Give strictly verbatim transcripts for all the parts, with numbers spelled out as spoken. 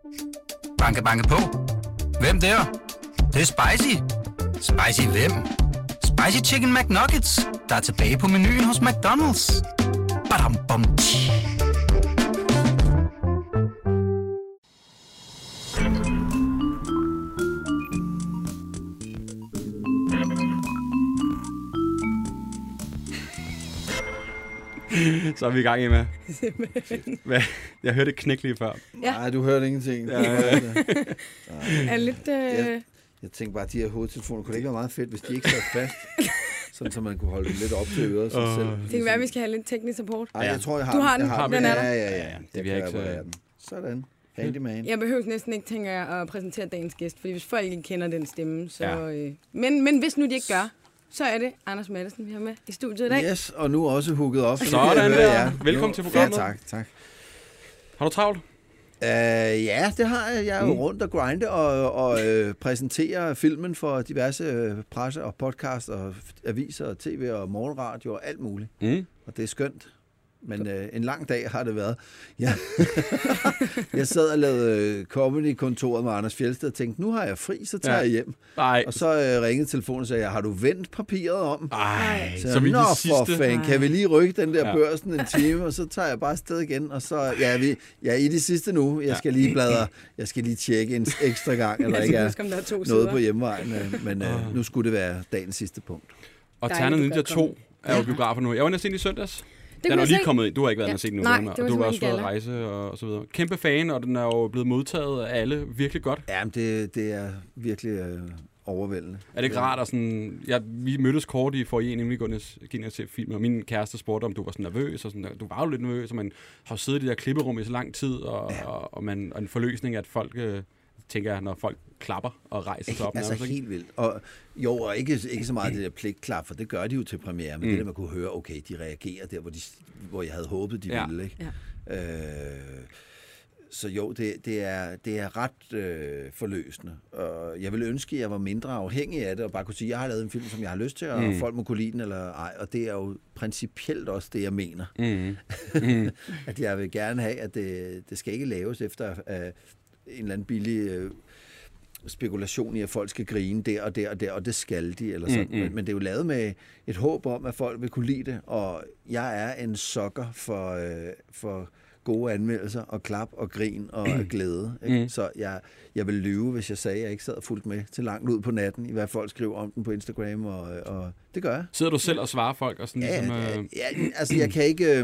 Banke, banke på. Hvem der? Det, det er spicy. Spicy hvem? Spicy Chicken McNuggets, der er tilbage på menuen hos McDonald's. Badum, bom, tji. Så er vi i gang, Emma. Hvad? Jeg hørte et knæk lige før. Ja. Nej, du hørte ingenting. Ja, ja, ja. Er lidt... Øh... Jeg, jeg tænkte bare, at de her hovedtelefoner kunne det ikke være meget fedt, hvis de ikke sad fast. Sådan, så man kunne holde det lidt op til øret sig uh. selv. Det kan være, at vi skal have lidt teknisk support. Nej, jeg tror, jeg har du har den. Jeg har den. den. Er der. Ja, ja, ja. Det vi ikke så... Sådan. Handyman. Jeg behøver næsten ikke, tænker jeg, at præsentere dagens gæst, fordi hvis folk ikke kender den stemme, så... Ja. Øh... Men, men hvis nu de ikke gør, så er det Anders Matthesen, vi har med i studiet i dag. Yes, og nu også hooket op. Sådan der. Ja. Velkommen nu. til programmet. Ja, tak, tak. Har du travlt? Uh, ja, det har jeg. Jeg er jo mm. rundt og grinde og, og øh, præsenterer filmen for diverse øh, presse og podcast og aviser og tv og morgenradio og alt muligt. Mm. Og det er skønt. Men øh, en lang dag har det været. Ja. Jeg sad og lavede comedy-kontoret med Anders Fjeldsted og tænkte, nu har jeg fri, så tager ja. jeg hjem. Ej. Og så øh, ringede telefonen og sagde, har du vendt papiret om? Ej, så, så vi nå for fanden, kan vi lige rykke den der ja. børsen en time, og så tager jeg bare afsted igen. Og så, ja, vi, ja, i det sidste nu, jeg skal lige bladre, jeg skal lige tjekke en ekstra gang, eller ikke er, er noget sider. på hjemvejen. Men øh, nu skulle det være dagens sidste punkt. Og Ternet Ninja to er jo biografer nu. Jeg var næsten i søndags. Den er jo lige kommet ind. Du har ikke været ja. at se den nu. Nej, det var og du har også været at rejse og, og så videre. Kæmpe fan, og den er jo blevet modtaget af alle virkelig godt. Ja, men det, det er virkelig øh, overvældende. Er det ikke rart at sådan... Ja, vi mødtes kort i forrige, nemlig gik ind og se film, og min kæreste spurgte, om du var sådan nervøs, og sådan, du var jo lidt nervøs, og man har jo siddet i det der klipperum i så lang tid, og, ja. og, og, man, og en forløsning, at folk... Øh, tænker jeg, når folk klapper og rejser sig op. Altså nærmest, helt vildt. Og jo, og ikke, ikke så meget det der pligtklap, for det gør de jo til premiere, men mm. det der, man kunne høre, okay, de reagerer der, hvor, de, hvor jeg havde håbet, de ja. ville. Ikke? Ja. Øh, så jo, det, det, er, det er ret øh, forløsende. Og jeg ville ønske, at jeg var mindre afhængig af det, og bare kunne sige, at jeg har lavet en film, som jeg har lyst til, og mm. folk må kunne lide den, eller ej. Og det er jo principielt også det, jeg mener. Mm. Mm. At jeg vil gerne have, at det, det skal ikke laves efter... Øh, en eller anden billig øh, spekulation i, at folk skal grine der og der og der, og det skal de, eller sådan. Mm, mm. Men, men det er jo lavet med et håb om, at folk vil kunne lide det, og jeg er en sokker for, øh, for gode anmeldelser, og klap, og grin, og glæde. Ikke? Mm. Så jeg, jeg vil lyve, hvis jeg sagde, at jeg ikke sad og fulgte med til langt ud på natten, i hvad folk skriver om den på Instagram, og, og det gør jeg. Sidder du selv og svarer folk? Og sådan, ja, ligesom, øh... ja, altså jeg kan ikke... Øh,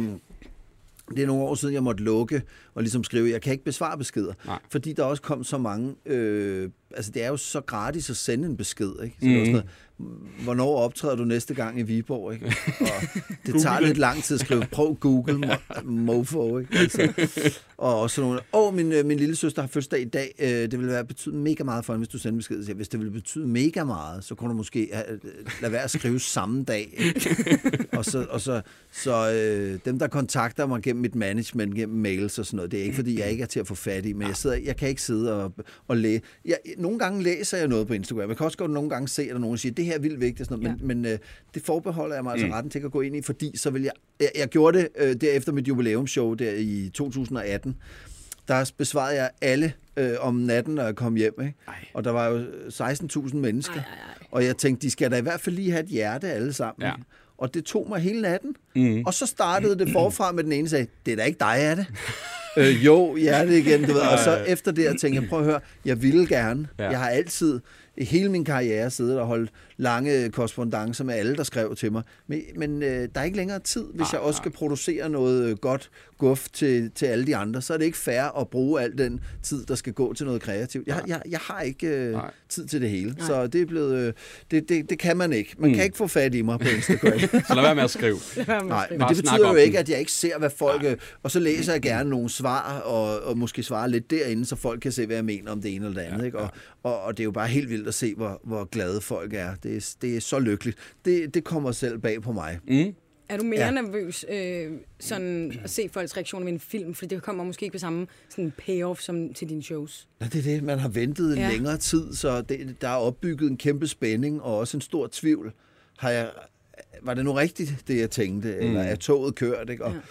Det er nogle år siden, jeg måtte lukke og ligesom skrive, jeg kan ikke besvare beskeder. Nej. Fordi der også kom så mange... Øh, altså, det er jo så gratis at sende en besked, ikke? Så mm. det er sådan noget, hvornår optræder du næste gang i Viborg, ikke? Og det tager lidt lang tid at skrive, prøv Google mo- mofo, ikke? Altså, og også nogle... Åh, oh, min, min lille søster har fødselsdag i dag. Øh, det ville være betyde mega meget for hende, hvis du sender besked. Så hvis det ville betyde mega meget, så kunne du måske have, lade være at skrive samme dag. Ikke? Og så, og så, så øh, dem, der kontakter mig gennem mit management, gennem mails og sådan noget, det er ikke, fordi jeg ikke er til at få fat i, men jeg, sidder, jeg kan ikke sidde og, og læse. Jeg, nogle gange læser jeg noget på Instagram. Jeg kan også godt nogle gange se, at der nogen siger, det her er vildt vigtigt, sådan noget, ja. men, men øh, det forbeholder jeg mig altså mm. retten til at gå ind i, fordi så vil jeg... Jeg, jeg gjorde det øh, derefter mit jubilæumsshow der i to tusind og atten. Der besvarede jeg alle øh, om natten, når jeg kom hjem. Ikke? Og der var jo seksten tusind mennesker. Ej, ej, ej. Og jeg tænkte, de skal da i hvert fald lige have et hjerte alle sammen. Ja. Og det tog mig hele natten. Mm. Og så startede det forfra med den ene, sagde, det er da ikke dig, er det? øh, jo, hjerte igen. Du ved. Og så efter det, jeg tænkte, prøv at høre, jeg ville gerne. Ja. Jeg har altid... hele min karriere siddet og holdt lange korrespondancer med alle, der skrev til mig. Men, men øh, der er ikke længere tid, hvis jeg også skal producere noget godt guf til, til alle de andre. Så er det ikke fair at bruge al den tid, der skal gå til noget kreativt. Jeg, jeg, jeg har ikke øh, tid til det hele. Nej. Så det er blevet... Øh, det, det, det kan man ikke. Man mm. kan ikke få fat i mig på Instagram. Så lad være med at skrive. Nej, men det betyder jo ikke, at jeg ikke ser, hvad folk... Øh, og så læser jeg gerne nogle svar, og, og måske svarer lidt derinde, så folk kan se, hvad jeg mener om det ene eller det andet. Ja, ikke? Og, og, og det er jo bare helt vildt at se, hvor, hvor glade folk er. Det er, det er så lykkeligt. Det, det kommer selv bag på mig. Mm. Er du mere ja. nervøs øh, sådan at se folks reaktioner med en film? For det kommer måske ikke på samme sådan payoff som til dine shows. Ja, det er det. Man har ventet en ja. længere tid, så det, der er opbygget en kæmpe spænding og også en stor tvivl. Har jeg, var det nu rigtigt, det jeg tænkte? Mm. Eller er toget kørt? Ikke? Og,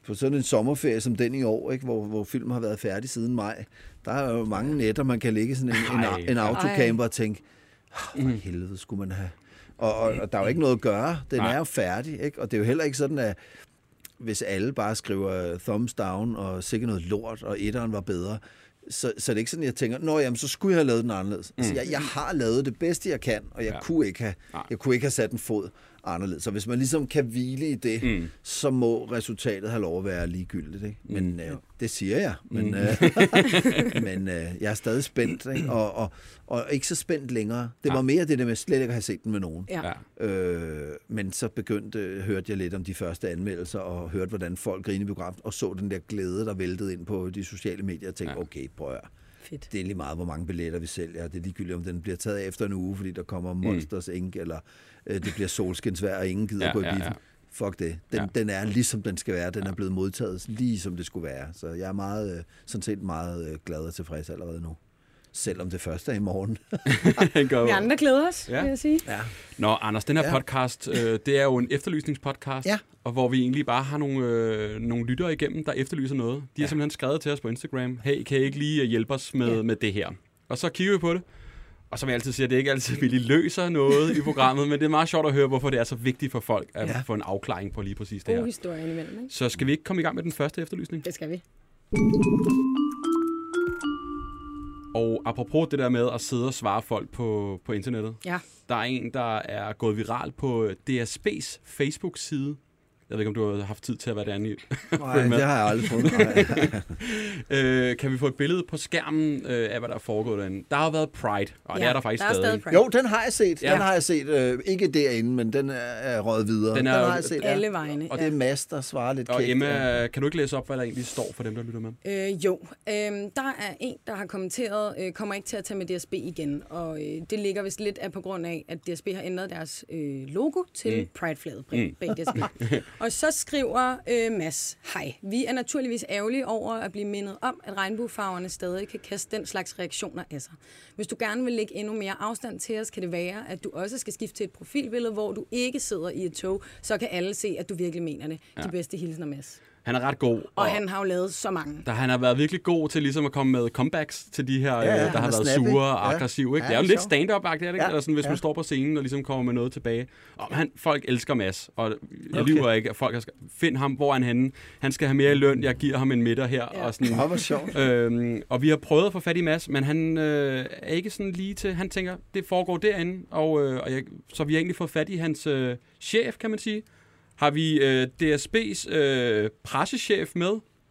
på sådan en sommerferie som den i år, ikke? Hvor, hvor film har været færdig siden maj, der er jo mange nætter, man kan ligge sådan en, en, en autocamper og tænke, oh, hvor helvede skulle man have. Og, og, og der er jo ikke noget at gøre. Den Nej. er jo færdig, ikke? Og det er jo heller ikke sådan, at hvis alle bare skriver thumbs down og sikkert noget lort, og etteren var bedre, så, så det er ikke sådan, jeg tænker, nå jamen, så skulle jeg have lavet den anderledes. Mm. Altså, jeg, jeg har lavet det bedste, jeg kan, og jeg, ja. kunne, ikke have, jeg kunne ikke have sat en fod anderledes. Så hvis man ligesom kan hvile i det, mm. så må resultatet have lov at være ligegyldigt. Ikke? Men mm. øh, det siger jeg. Men, mm. øh, men øh, jeg er stadig spændt, ikke? Og, og, og ikke så spændt længere. Det var mere det der med slet ikke at have set den med nogen. Ja. Øh, men så begyndte, hørte jeg lidt om de første anmeldelser, og hørte, hvordan folk grinede i biografen, og så den der glæde, der væltede ind på de sociale medier, og tænkte, ja. okay, prøv at Fedt. Det er lige meget, hvor mange billetter vi sælger. Det er ligegyldigt, om den bliver taget efter en uge, fordi der kommer Monsters mm. Inc, eller øh, det bliver solskinsvejr, og ingen gider ja, gå i biffen. Ja, ja. Fuck det. Den, ja. den er ligesom den skal være. Den ja. er blevet modtaget lige som det skulle være. Så jeg er meget, øh, sådan set meget øh, glad og tilfreds allerede nu. Selvom det første er i morgen. Vi andre glæder os, ja. vil jeg sige. Ja. Nå, Anders, den her ja. podcast, øh, det er jo en efterlysningspodcast, ja. og hvor vi egentlig bare har nogle, øh, nogle lyttere igennem, der efterlyser noget. De har ja. simpelthen skrevet til os på Instagram, hey, kan I ikke lige hjælpe os med, ja. med det her? Og så kigger vi på det, og så vil jeg altid sige, at det ikke altid, vi lige løser noget i programmet, men det er meget sjovt at høre, hvorfor det er så vigtigt for folk at ja. få en afklaring på lige præcis det her. God historie imellem, ikke? Så skal vi ikke komme i gang med den første efterlysning? Det skal vi. Og apropos det der med at sidde og svare folk på, på internettet. Ja. Der er en, der er gået viral på D S B's Facebook-side. Jeg ved ikke, om du har haft tid til at være derinde i. Nej, det har jeg aldrig fundet. øh, kan vi få et billede på skærmen øh, af, hvad der er foregået derinde? Der har været Pride, og ja, det er der faktisk der er stadig. stadig jo, den har jeg set. Ja. Den har jeg set. Øh, ikke derinde, men den er røget videre. Den, er, den har jeg set. Alle vegne. Og det er Mads, der svarer lidt Og kægt. Emma, kan du ikke læse op, hvad der egentlig står for dem, der lytter med? Øh, jo. Øh, der er en, der har kommenteret, øh, kommer ikke til at tage med D S B igen. Og øh, det ligger vist lidt af på grund af, at D S B har ændret deres øh, logo til mm. Pride-flaget mm. bag D S B. Og så skriver øh, Mads, hej, vi er naturligvis ærgerlige over at blive mindet om, at regnbuefarverne stadig kan kaste den slags reaktioner af sig. Hvis du gerne vil lægge endnu mere afstand til os, kan det være, at du også skal skifte til et profilbillede, hvor du ikke sidder i et tog, så kan alle se, at du virkelig mener det. Ja. De bedste hilsner, Mads. Han er ret god. Og, og han har jo lavet så mange. Der, han har været virkelig god til ligesom at komme med comebacks til de her, ja, ja, der har været snappy. Sure og ja. aggressive. Ikke? Ja, det er jo lidt stand-up-agtigt, ikke? Ja. Eller sådan, hvis ja. man står på scenen og ligesom kommer med noget tilbage. Og han, folk elsker Mads, og jeg okay. lyver ikke. Folk skal find ham, hvor er han henne. Han skal have mere i løn, jeg giver ham en middag her. Ja. Og sådan, det var sjovt. Øhm, og vi har prøvet at få fat i Mads, men han øh, er ikke sådan lige til, han tænker, det foregår derinde. Og, øh, og jeg, så vi har egentlig fået fat i hans øh, chef, kan man sige. Har vi øh, D S B's øh, pressechef med?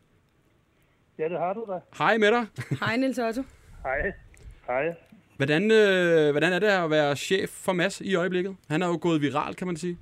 Ja, det har du da. Hej med dig. Hej, Niels Otto. Hej. Hej. Hvordan, øh, hvordan er det at være chef for Mads i øjeblikket? Han er jo gået viral, kan man sige.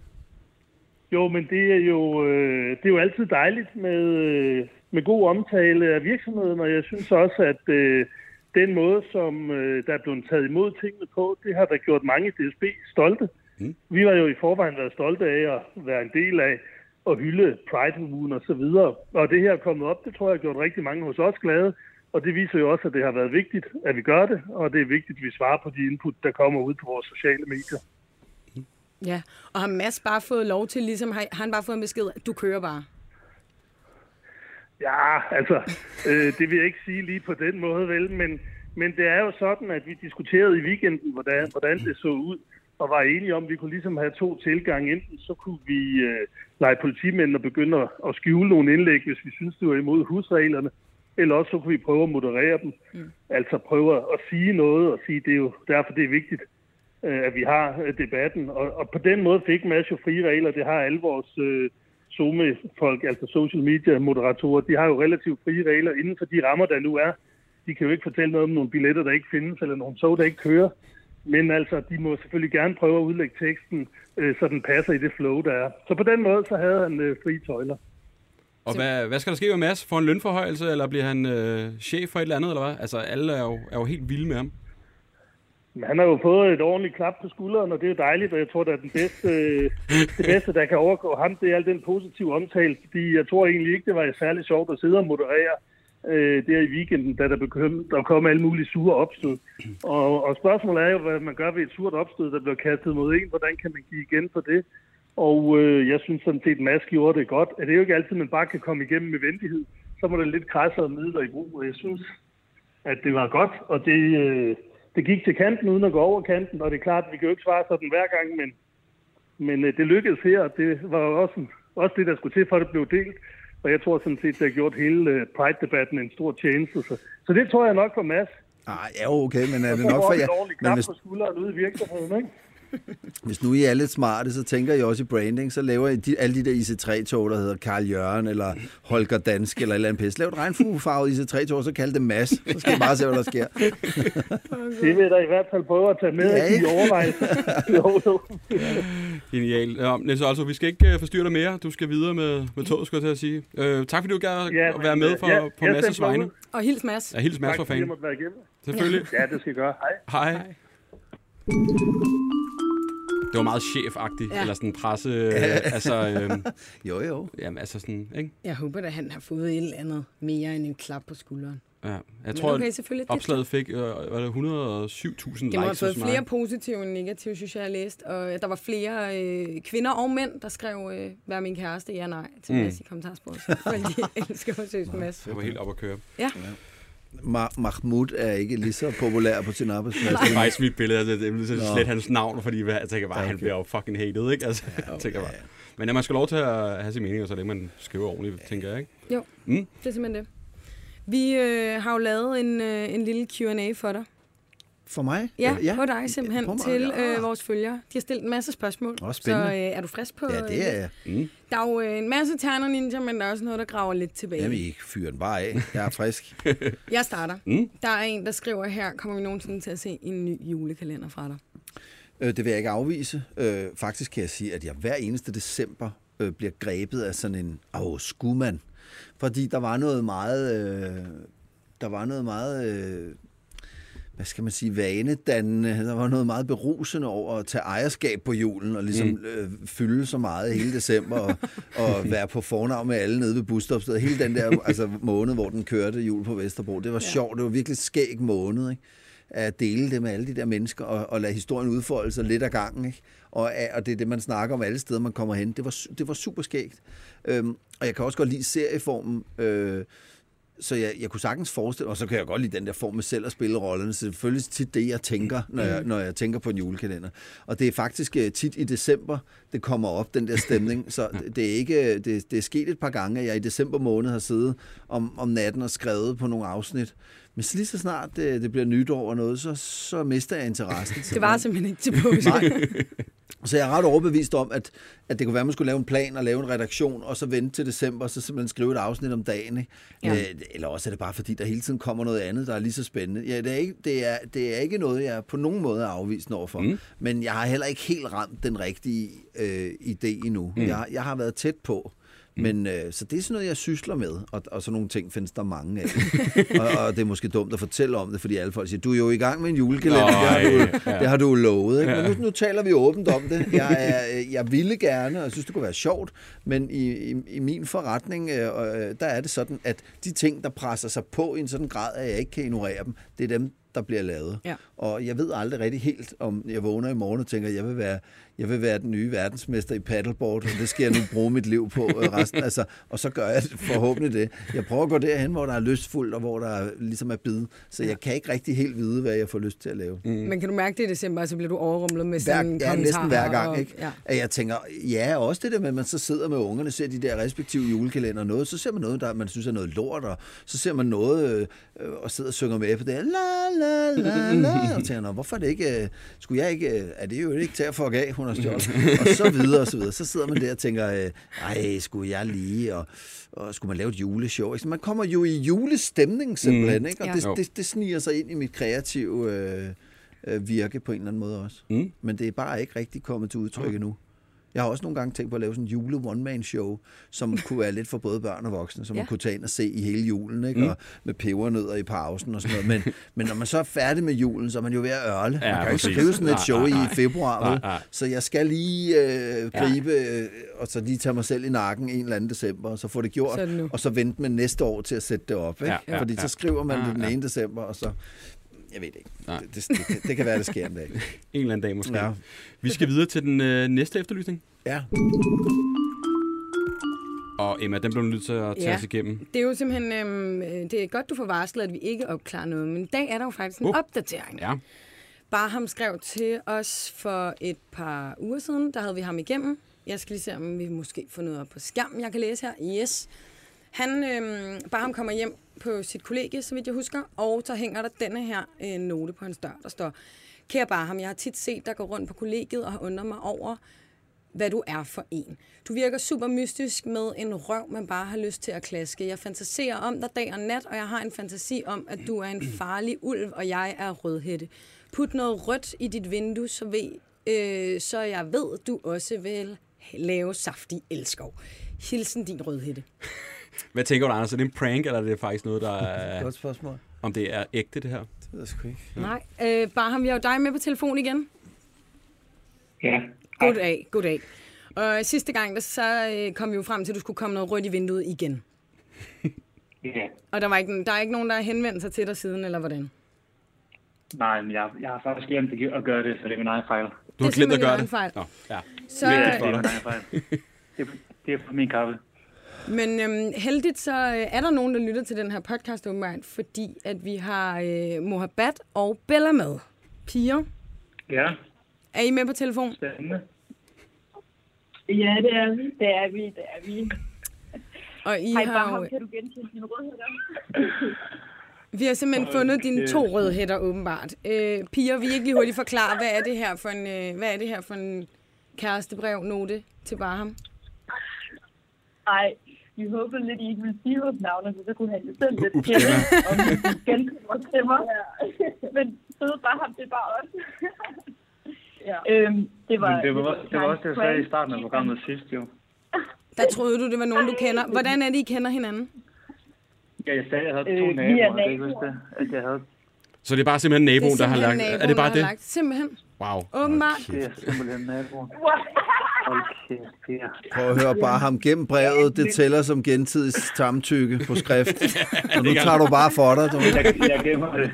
Jo, men det er jo, øh, det er jo altid dejligt med, øh, med god omtale af virksomheden, og jeg synes også, at øh, den måde, som øh, der er blevet taget imod tingene på, det har da gjort mange i D S B stolte. Mm. Vi har jo i forvejen været stolte af at være en del af at hylde Pride-ugen og så videre. Og det her er kommet op, det tror jeg har gjort rigtig mange hos os glade. Og det viser jo også, at det har været vigtigt, at vi gør det. Og det er vigtigt, at vi svarer på de input, der kommer ud på vores sociale medier. Mm. Ja, og har Mads bare fået lov til, ligesom har han bare fået en besked, at du kører bare? Ja, altså, øh, det vil jeg ikke sige lige på den måde, vel. Men, men det er jo sådan, at vi diskuterede i weekenden, hvordan, hvordan det så ud. Og var enige om, at vi kunne ligesom have to tilgange. Enten så kunne vi øh, lege politimændene og begynde at, at skjule nogle indlæg, hvis vi synes, det var imod husreglerne. Eller også så kunne vi prøve at moderere dem. Mm. Altså prøve at sige noget og sige, det er jo derfor, det er vigtigt, øh, at vi har øh, debatten. Og, og på den måde fik Mads jo frie regler. Det har alle vores øh, Zoom-folk, altså social media-moderatorer. De har jo relativt frie regler inden for de rammer, der nu er. De kan jo ikke fortælle noget om nogle billetter, der ikke findes, eller nogle tog, der ikke kører. Men altså, de må selvfølgelig gerne prøve at udlægge teksten, øh, så den passer i det flow, der er. Så på den måde, så havde han øh, frie tøjler. Og hvad, hvad skal der ske med Mads? Får en lønforhøjelse, eller bliver han øh, chef for et eller andet, eller hvad? Altså, alle er jo, er jo helt vilde med ham. Men han har jo fået et ordentligt klap på skulderen, og det er jo dejligt, og jeg tror, at den bedste, øh, det bedste, der kan overgå ham, det er al den positive omtale, fordi jeg tror egentlig ikke, det var særlig sjovt at sidde og moderere øh, der i weekenden, da der begyndte at komme alle mulige sure opstød. Og, og spørgsmålet er jo, hvad man gør ved et surt opstød, der bliver kastet mod en. Hvordan kan man give igen på det? Og øh, jeg synes sådan set, at Mads gjorde det godt. At det er jo ikke altid, man bare kan komme igennem med venlighed. Så må der lidt krassere midler i brug, og jeg synes, at det var godt. Og det, øh, det gik til kanten uden at gå over kanten, og det er klart, at vi kan jo ikke svare sådan hver gang, men, men øh, det lykkedes her, og det var også, også det, der skulle til, for at det blev delt. Og jeg tror sådan set, det har gjort hele øh, Pride-debatten en stor tjeneste. Så, så det tror jeg nok for Mads. Ah, ja, okay, men er det nok for jer? Men hvis... på skulderen ude i virksomheden, ikke? Hvis nu I er lidt smarte, så tænker I også i branding, så laver I de, alle de der I C tre-tog, der hedder Karl Jørgen, eller Holger Dansk, eller et eller andet pis. Lav et regnfuefarvet I C tre-tog, så kald det Mads. Så skal I bare se, hvad der sker. Det vil jeg i hvert fald prøve at tage med ja, i overvejelsen. Genialt. Ja, Niels Olsøe, vi skal ikke forstyrre dig mere. Du skal videre med, med toget, skal jeg til at sige. Øh, tak fordi du gad ja, at være med for, ja, på Mads' vegne. Og hils Mads. Ja, hils Mads for fanden. Selvfølgelig. Ja, det skal jeg gøre. Hej. Hej. Hej. Det var meget chefagtigt, ja. Eller sådan presse... Øh, altså, øh, jo, jo. Jamen, altså sådan, ikke? Jeg håber, at han har fået et eller andet mere end en klap på skulderen. Ja, jeg Men tror, okay, at opslaget fik øh, var det et hundrede og syv tusind likes. Det må have fået flere positive end negative, synes jeg, jeg læst. Og der var flere øh, kvinder og mænd, der skrev, øh, vær min kæreste, ja nej, til mm. Mads i kommentarsporet. Fordi de elsker at søge Mads. Jeg var helt op at køre. Ja. ja. Ma- Mahmoud er ikke lige så populær på sin arbejdsplads. Det er faktisk mit billede, altså, det er slet no. hans navn, fordi jeg tænker bare, okay. han bliver jo fucking hated, ikke? Altså, ja, okay. jeg tænker bare. Men ja, man skal lov til at have sin mening, så det man skriver ordentligt, ja. tænker jeg, ikke? Jo, mm? det er simpelthen det. Vi øh, har jo lavet en, øh, en lille Q and A for dig. For mig? Ja, ja. på dig simpelthen, på til øh, vores følgere. De har stillet en masse spørgsmål. Oh, så øh, er du frisk på? Ja, det er jeg. Mm. Der er jo øh, en masse terner ninja, men der er også noget, der graver lidt tilbage. Jamen, I fyrer den bare af. Jeg er frisk. Jeg starter. Mm. Der er en, der skriver her, kommer vi nogensinde til at se en ny julekalender fra dig? Øh, det vil jeg ikke afvise. Øh, faktisk kan jeg sige, at jeg hver eneste december øh, bliver grebet af sådan en, åh, skulle man? Fordi der var noget meget... Øh, der var noget meget... Øh, hvad skal man sige, vanedannende. Der var noget meget berusende over at tage ejerskab på julen og ligesom mm. øh, fylde så meget hele december og, og være på fornavn med alle nede ved busstopstedet. Hele den der altså, måned, hvor den kørte jul på Vesterbro. Det var ja. sjovt. Det var virkelig skæg måned, ikke? At dele det med alle de der mennesker og, og lade historien udfolde sig lidt ad gangen. Ikke? Og, og det er det, man snakker om alle steder, man kommer hen. Det var, det var super skægt. Øhm, og jeg kan også godt lide serieformen. Øh, Så jeg, jeg kunne sagtens forestille, og så kan jeg godt lide den der form med selv at spille rollerne. Så selvfølgelig tit det, jeg tænker, når jeg, når jeg tænker på en julekalender. Og det er faktisk tit i december, det kommer op, den der stemning. Så det er ikke, det, det er sket et par gange, at jeg i december måned har siddet om, om natten og skrevet på nogle afsnit. Men så lige så snart det, det bliver nytår og noget, så, så mister jeg interessen. Det var simpelthen ikke til påske. Nej. Så jeg er ret overbevist om, at, at det kunne være, at man skulle lave en plan og lave en redaktion, og så vente til december, og så simpelthen skrive et afsnit om dagen. Ikke? Ja. Øh, eller også er det bare, fordi der hele tiden kommer noget andet, der er lige så spændende. Ja, det, er ikke, det, er, det er ikke noget, jeg på nogen måde er afvisende overfor. Mm. Men jeg har heller ikke helt ramt den rigtige øh, idé endnu. Mm. Jeg, jeg har været tæt på. Men øh, så det er sådan noget, jeg sysler med, og, og sådan nogle ting findes der mange af. og, og det er måske dumt at fortælle om det, fordi alle folk siger, du er jo i gang med en julekalender, det har du, ja. det har du lovet. Ikke? Men nu, nu taler vi åbent om det. Jeg, er, jeg ville gerne, og jeg synes, det kunne være sjovt, men i, i, i min forretning, øh, der er det sådan, at de ting, der presser sig på i en sådan grad, at jeg ikke kan ignorere dem, det er dem, der bliver lavet. Ja. Og jeg ved aldrig rigtig helt, om jeg vågner i morgen og tænker, at jeg vil være, jeg vil være den nye verdensmester i paddleboard, og det skal jeg nu bruge mit liv på resten. Altså, og så gør jeg forhåbentlig det. Jeg prøver at gå derhen, hvor der er lystfuldt, og hvor der ligesom er bid. Så jeg kan ikke rigtig helt vide, hvad jeg får lyst til at lave. Mm. Men kan du mærke det i december, så bliver du overrumlet med sådan en kommentar? Ja, næsten hver gang. Og, ikke? Ja. At jeg tænker, ja, også det der med, at man så sidder med ungerne, ser de der respektive julekalender og noget, så ser man noget, der man synes er noget lort, og så ser man noget, øh, og sidder og synger med på det. La, la, la, la. Og tænker, hvorfor er det ikke, øh, skulle jeg ikke, øh, er det jo ikke til at fuck af, hun har stjålet? Og så videre, og så videre. Så sidder man der og tænker, øh, ej, skulle jeg lige, og, og skulle man lave et juleshow? Ikke? Man kommer jo i julestemning simpelthen, mm. ikke? Og ja. det, det, det sniger sig ind i mit kreative øh, øh, virke på en eller anden måde også. Mm. Men det er bare ikke rigtig kommet til udtryk mm. endnu. Jeg har også nogle gange tænkt på at lave sådan en jule one-man-show, som kunne være lidt for både børn og voksne, som ja. man kunne tage ind og se i hele julen, ikke? Mm. Og med pebernødder i pausen og sådan noget. Men, men når man så er færdig med julen, så er man jo ved at ørle. Ja, man kan jo ikke skrive sådan et show nej, nej. i februar. Nej, nej. Så jeg skal lige øh, gribe, øh, og så lige tage mig selv i nakken en eller anden december, og så få det gjort, så og så vente med næste år til at sætte det op. Ikke? Ja, ja, Fordi ja. så skriver man ja, det den ene december, og så... Jeg ved det ikke. Det, det, det, det kan være, det sker en dag. En eller anden dag måske. Ja. Vi skal videre til den øh, næste efterlysning. Ja. Og Emma, den blev nødt til at tage Ja. os igennem. Det er jo simpelthen, øhm, det er godt, du får varslet, at vi ikke opklarer noget, men i dag er der jo faktisk en Uh. opdatering. Ja. Barham skrev til os for et par uger siden, der havde vi ham igennem. Jeg skal lige se, om vi måske får noget op på skærmen, jeg kan læse her. Yes. Han, øhm, Barham kommer hjem på sit kollegie, så vidt jeg husker, og så hænger der denne her øh, note på hans dør, der står: Kære Barham, jeg har tit set dig gå rundt på kollegiet og har undret mig over, hvad du er for en. Du virker super mystisk med en røv, man bare har lyst til at klaske. Jeg fantaserer om dig dag og nat, og jeg har en fantasi om, at du er en farlig ulv, og jeg er rødhætte. Put noget rødt i dit vindue, så, ved, øh, så jeg ved, du også vil lave saftig elskov. Hilsen din rødhætte. Hvad tænker du, Anders? Er det en prank, eller er det faktisk noget, der er... Godt spørgsmål. Om det er ægte, det her? Det ved jeg sgu ikke. Nej, øh, Barham, vi har jo dig med på telefon igen. Ja. Goddag, goddag. Og sidste gang, der så øh, kom vi jo frem til, at du skulle komme noget rødt i vinduet igen. Ja. Og der, var ikke, der er ikke nogen, der har henvendt sig til dig siden, eller hvordan? Nej, men jeg, jeg har faktisk glemt at gøre det, så det er min egen fejl. Du har glemt at gøre det? Fejl. Nå, ja. Så, Det er, det er min egen fejl. Det er, det er på min kaffe. men øhm, heldigt så øh, er der nogen, der lytter til den her podcast, åbenbart, fordi at vi har øh, Mohabbat og Bella med. Piger, Ja, er I med på telefon? spændende. Ja, det er vi. Det er vi. Det er vi. Og I Hej, har Barham, jo, kan du genkende dine rødheder? vi har simpelthen fundet dine to rødhætter, åbenbart. Øh, piger, vil I ikke lige hurtigt forklare, hvad er det her for en, øh, hvad er det her for en kærestebrev-note til Barham? Nej, vi håbede lidt, I ikke ville sige vores navne, så kunne han jo selv lidt kende, om vi genkende vores stemmer. Men søde Barham, det er bare os. ja. øhm, det var, Men det var, det var også det, jeg sagde i starten af programmet sidst, jo. Der troede du, det var nogen, du kender. Hvordan er det, I kender hinanden? Ja, jeg sagde, at jeg havde to Øh, vi er naboer, og det ikke naboer. vidste, at jeg havde. Så det er bare simpelthen naboen, Det er der har lagt... simpelthen naboen, Er det bare der det? har lagt. Simpelthen. Wow. Åbenbart. Det er simpelthen naboer. Hold kæft, Per. Prøv at høre, bare ham gennem brevet, det tæller som gentidig samtykke på skrift. Og nu tager du bare for dig. Du. Jeg, jeg gemmer det.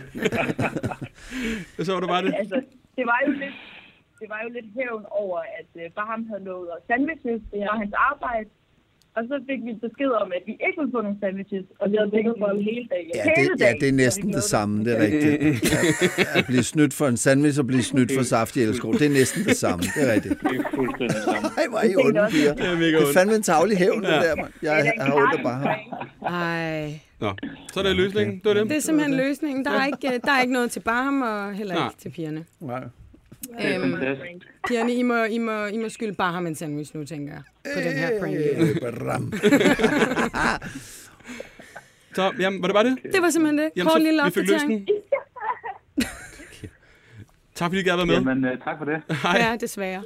Så var det bare det. Altså, det var jo lidt, det var jo lidt hævn over, at uh, Barham havde lovet os sandwiches. Det var hans arbejde. Og så fik vi besked om, at vi ikke ville få nogle sandwiches, og vi havde dækket for en hel dag. Ja, det, ja, det er næsten det samme, det er rigtigt. At, at blive snydt for en sandwich og blive snydt for saftig elskov, det er næsten det samme, det er rigtigt. Det er fuldstændig det samme. Ej, hvor er I onde, piger. Det er mega Det er ondt. fandme en tavlig hævn, det der, mand. Jeg, Det er jeg har ondt af bare ham. Ej. Nå, så er det løsningen. Det var det. Det er simpelthen løsningen. Der er ikke, øh, der er ikke noget til Barham, og heller Nej. ikke til pigerne. Nej. Det er Øhm, fantastisk. pigerne, I må, I, må, I må skylde Barham en sandwich nu, tænker jeg, på den her prank. Øh, bram. Så, jamen, var det bare det? Det var simpelthen det. Jamen, Kort så lille vi fik løst opdatering. den. Tak fordi I gad være med. Jamen, uh, tak for det. Hej. Ja, desværre.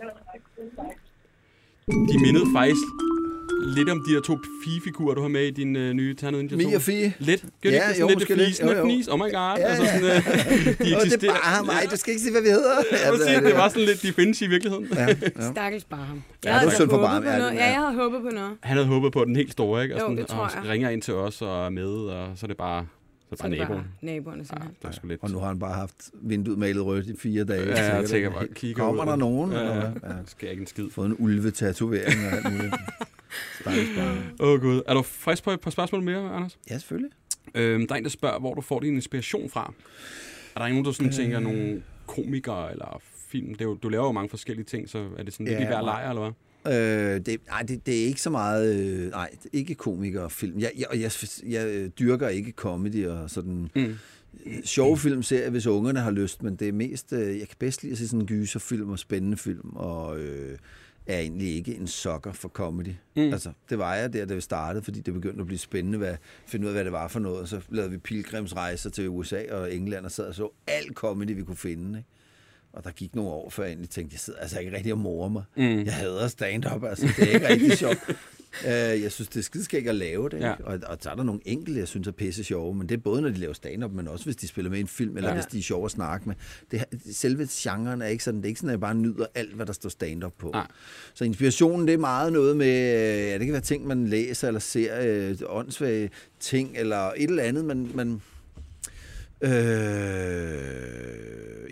De mindede faktisk lidt om de her to pige-figurer, du har med i din øh, nye Ternet Ninja Mia Fie. Lidt. Gør det Ja, ikke jo, sådan måske lidt lidt. fnisende Jo, jo. fnis? Oh my god. Ja, Altså sådan, øh, de Åh, det er eksisterer. bare ham. Ej, du skal ikke sige, hvad vi hedder. Ja, præcis, det var sådan lidt, de findes i virkeligheden. Ja, ja. Stakkels Barham. Ja, havde det var synd for håbet Barham, på ja, noget. det- Ja, ja. jeg havde håbet på noget. Han havde håbet på den helt store, ikke? Og, Jo, sådan, det tror og jeg. ringer ind til os og er med, og så er det bare, så er det Så bare er det naboen. bare naboerne simpelthen. Det er sgu lidt... Og nu har han bare haft vinduet malet rødt i fire dage. Ja, jeg sikkert. tænker bare, kigger Kommer ud. der nogen? Ja, eller ja. hvad? Ja. Skal jeg ikke en skid. Fået en ulve-tatovering og alt muligt. Stakkels barn. Åh oh, gud. Er du frisk på et par spørgsmål mere, Anders? Ja, selvfølgelig. Øhm, der er en, der spørger, hvor du får din inspiration fra. Er der nogen, der sådan tænker, nogle komikere eller film? Det er jo, du laver jo mange forskellige ting, så er det sådan lidt Ja, i hver meget. lejr, eller hvad? Øh, det, nej, det, det er ikke så meget... Øh, nej, det er ikke komikere og film. Jeg, jeg, jeg, jeg dyrker ikke comedy og sådan... Mm. Sjove film ser jeg, hvis ungerne har lyst, men det er mest... Øh, jeg kan bedst lide at se sådan en gyserfilm og spændende film, og... Øh, er egentlig ikke en sokker for comedy. Mm. Altså, det var jeg der, da vi startede, fordi det begyndte at blive spændende, hvad, finde ud af, hvad det var for noget. Og så lavede vi pilgrimsrejser til U S A og England og sad og så alt comedy, vi kunne finde. Ikke? Og der gik nogle år, før jeg egentlig tænkte, jeg sidder altså ikke rigtig og morer mig. Mm. Jeg hader stand-up, altså. Det er ikke rigtig sjovt. Uh, jeg synes, det er skideskægt at lave det. Ikke? Ja. Og, og så er der nogle enkelte, jeg synes er pisse sjove, men det er både, når de laver stand-up, men også hvis de spiller med i en film, eller ja. hvis de er sjove at snakke med. Det, selve genren er ikke sådan, det er ikke sådan, at jeg bare nyder alt, hvad der står stand-up på. Nej. Så inspirationen, det er meget noget med, ja, det kan være ting, man læser eller ser, øh, åndssvage ting, eller et eller andet, man... man øh,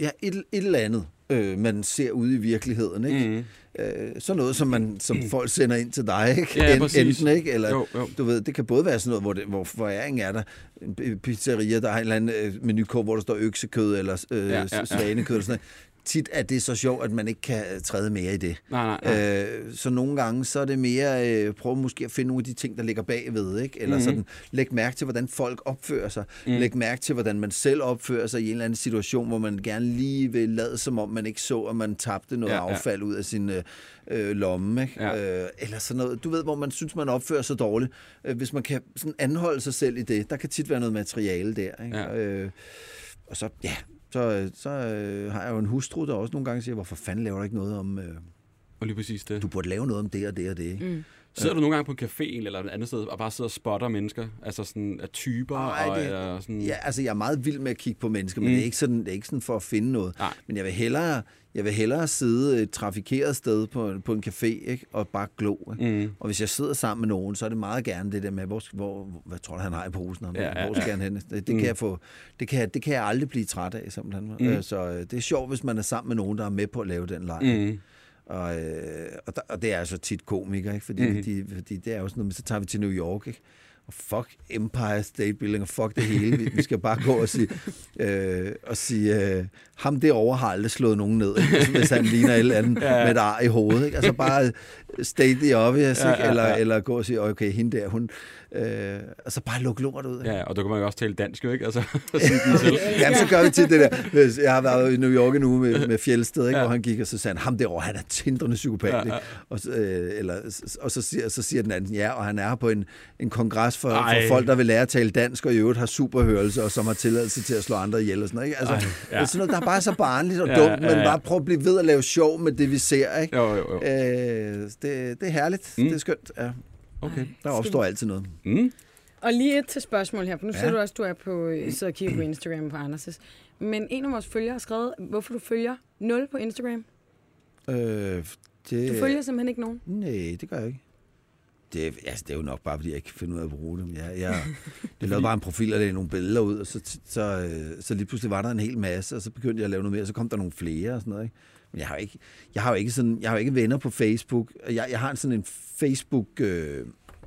ja, et, et eller andet, øh, man ser ude i virkeligheden, ikke? Mm. Øh, sådan noget, som, man, som folk sender ind til dig, ikke? Ja, End, enten, ikke? Eller, jo, jo. du ved, det kan både være sådan noget, hvor, det, hvor foræring er der, en pizzeria, der har en eller anden øh, menukort, hvor der står øksekød, eller øh, ja, ja, ja. svanekød, eller sådan noget. Tit er det så sjovt, at man ikke kan træde mere i det. Nej, nej, nej. Øh, så nogle gange, så er det mere, øh, prøv måske at finde nogle af de ting, der ligger bagved, ikke? Eller mm-hmm. sådan, læg mærke til, hvordan folk opfører sig. Mm. Læg mærke til, hvordan man selv opfører sig i en eller anden situation, hvor man gerne lige vil lade, som om man ikke så, at man tabte noget ja, affald ja. ud af sin øh, lomme, ikke? Ja. Øh, eller sådan noget. Du ved, hvor man synes, man opfører sig dårligt. Øh, hvis man kan sådan anholde sig selv i det, der kan tit være noget materiale der, ikke? Ja. Øh, og så, ja... Så, så øh, har jeg jo en hustru, der også nogle gange siger, hvorfor fanden laver du ikke noget om... Øh, og lige præcis det. Du burde lave noget om det og det og det. Mm. Sidder du nogle gange på en café eller et andet sted og bare sidder og spotter mennesker? Altså sådan af typer? Ej, og, det, eller sådan... Ja, altså jeg er meget vild med at kigge på mennesker, men mm. det, er ikke sådan, det er ikke sådan for at finde noget. Nej. Men jeg vil hellere... Jeg vil hellere sidde et trafikeret sted på, på en café, ikke? Og bare glo. Ikke? Mm. Og hvis jeg sidder sammen med nogen, så er det meget gerne det der med, hvor, hvor hvad tror du, han har i posen? Ja, ja, hvor skal ja. han hen? Det, det, mm. kan jeg få, det, kan jeg, det kan jeg aldrig blive træt af, simpelthen. Mm. Så det er sjovt, hvis man er sammen med nogen, der er med på at lave den leg. Mm. Og, og, der, og det er altså tit komikere, ikke? Fordi, mm. de, fordi det er jo sådan noget, men så tager vi til New York, ikke? Og fuck Empire State Building, og fuck det hele. Vi, vi skal bare gå og sige, øh, og sige øh, ham derovre har aldrig slået nogen ned, ikke? Hvis han ligner et eller andet ja, ja. med et ar i hovedet. Ikke? Altså bare state the obvious, ja, ja, ja. Eller, eller gå og sige, okay, hende der, hun... Øh, altså bare lukke lort ud. Ikke? Ja, og der kan man jo også tale dansk, jo ikke? Altså, jamen, så gør vi til det der. Jeg har været i New York nu med, med Fjeldsted, ikke? Ja. Hvor han gik, og så sagde han, ham derovre, han er tindrende psykopat. Ja, ja. Og, øh, eller, og så siger, så siger den anden, ja, og han er her på en, en kongres for, for folk, der vil lære at tale dansk, og i øvrigt har superhørelse, og som har tilladelse til at slå andre ihjel og sådan noget. Ikke? Altså, Ej, ja. sådan noget, der er bare så barnligt og dumt, ja, ja, ja. Men bare prøv at blive ved at lave sjov med det, vi ser. Ikke? Jo, jo, jo. Øh, det, det er herligt. Mm. Det er skønt. Ja. Okay. Der opstår altid noget. Mm. Og lige et til spørgsmål her, for nu ja. ser du også, du er på, sidder og kigger på Instagram på Anders'. Men en af vores følgere har skrevet, hvorfor du følger nul på Instagram. Øh, det... Du følger simpelthen ikke nogen? Nej, det gør jeg ikke. Det, altså, det er jo nok bare, fordi jeg ikke kan finde ud af at bruge dem. Jeg, jeg, jeg lavede bare en profil, og lagde nogle billeder ud, og så, så, så lige pludselig var der en hel masse, og så begyndte jeg at lave noget mere, og så kom der nogle flere og sådan noget. Ikke? Men jeg har ikke, jeg har jo ikke sådan, jeg har jo ikke venner på Facebook. Jeg, jeg har sådan en Facebook øh,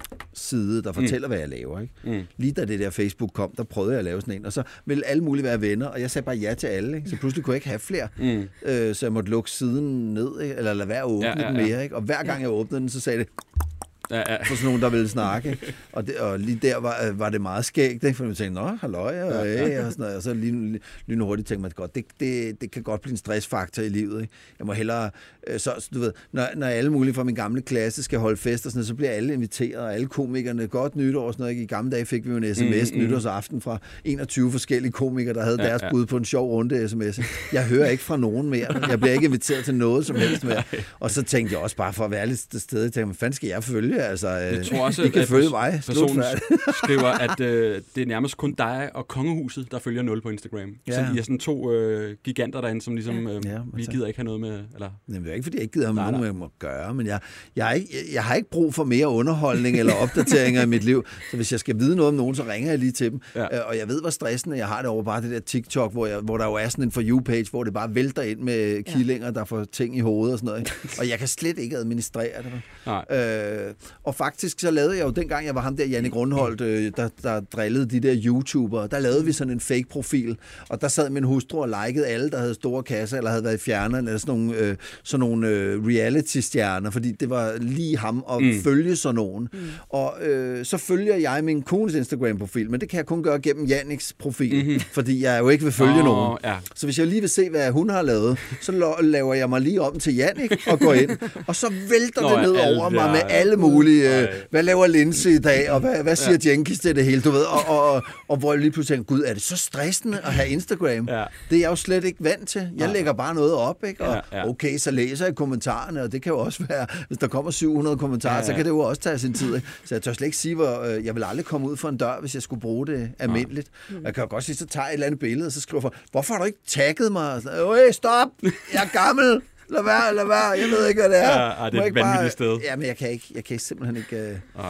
side, der fortæller, mm. hvad jeg laver. Ikke? Mm. Lige da det der Facebook kom, der prøvede jeg at lave sådan en, og så ville alle mulige være venner, og jeg sagde bare ja til alle. Ikke? Så pludselig kunne jeg ikke have flere. Mm. Øh, så jeg måtte lukke siden ned, ikke? Eller lade være at åbne ja, ja, ja. den mere. Ikke? Og hver gang jeg åbnede den, så sagde det... Ja, ja. For sådan nogen, der ville snakke. Og, det, og lige der var, var det meget skægt, ikke? For man tænkte, nå, halløj, og, ja, ja. og sådan noget. Og så lige, lige nu hurtigt tænkte man, godt, det, det, det kan godt blive en stressfaktor i livet. Ikke? Jeg må hellere, så du ved, når, når alle mulige fra min gamle klasse skal holde fest og sådan noget, så bliver alle inviteret, og alle komikerne, godt nytår og sådan noget. Ikke? I gamle dage fik vi jo en sms mm, mm. nytårsaften fra enogtyve forskellige komikere, der havde ja, deres ja. bud på en sjov runde sms. Jeg hører ikke fra nogen mere. Jeg bliver ikke inviteret til noget som helst mere. Og så tænkte jeg også bare for at være lidt til stede, tænkte, hvad fanden skal jeg følge? Altså, jeg tror også, I kan at følge mig. Personen skriver, at øh, det er nærmest kun dig og kongehuset, der følger nul på Instagram. Ja. Så I er sådan to øh, giganter derinde, som ligesom, øh, ja, vi gider ikke have noget med... Eller... Jamen, det er ikke, fordi jeg ikke gider have nej, nogen med at gøre, men jeg, jeg, er ikke, jeg, jeg har ikke brug for mere underholdning eller opdateringer i mit liv. Så hvis jeg skal vide noget om nogen, så ringer jeg lige til dem. Ja. Øh, og jeg ved, hvor stressende jeg har det over bare det der TikTok, hvor, jeg, hvor der jo er sådan en For You-page, hvor det bare vælter ind med killinger, der får ting i hovedet og sådan noget. Og jeg kan slet ikke administrere det. Nej. Øh, og faktisk så lavede jeg jo, dengang jeg var ham der, Jannik Rundholt, øh, der, der drillede de der YouTubere, der lavede vi sådan en fake-profil, og der sad min hustru og likede alle, der havde store kasser, eller havde været i fjerneren, eller sådan nogle, øh, sådan nogle øh, reality-stjerner, fordi det var lige ham at mm. følge sådan nogen. Mm. Og øh, så følger jeg min kones Instagram-profil, men det kan jeg kun gøre gennem Janniks profil, mm-hmm. fordi jeg jo ikke vil følge oh, nogen. Ja. Så hvis jeg lige vil se, hvad hun har lavet, så laver jeg mig lige om til Jannik og går ind, og så vælter Nå, det ned ja, over mig med alle mulige... Øh, hvad laver Lindsay i dag, og hvad, hvad siger ja. Jenkins til det hele, du ved, og, og, og, og hvor jeg lige pludselig tænker, gud, er det så stressende at have Instagram? Ja. Det er jeg jo slet ikke vant til. Jeg ja. lægger bare noget op, ikke? Og ja, ja. okay, så læser jeg kommentarerne, og det kan jo også være, hvis der kommer syv hundrede kommentarer, ja, ja. så kan det jo også tage sin tid, ikke? Så jeg tør slet ikke sige, hvor øh, jeg vil aldrig komme ud for en dør, hvis jeg skulle bruge det almindeligt. Ja. Jeg kan jo godt sige, så tager jeg et eller andet billede, og så skriver jeg, hvorfor har du ikke tagget mig? Øh, stop! Jeg er gammel! Lad være, lad være, jeg ved ikke, hvad det er. Ja, det er et vanvittigt sted. Ja, men jeg kan, ikke, jeg kan simpelthen ikke... Uh...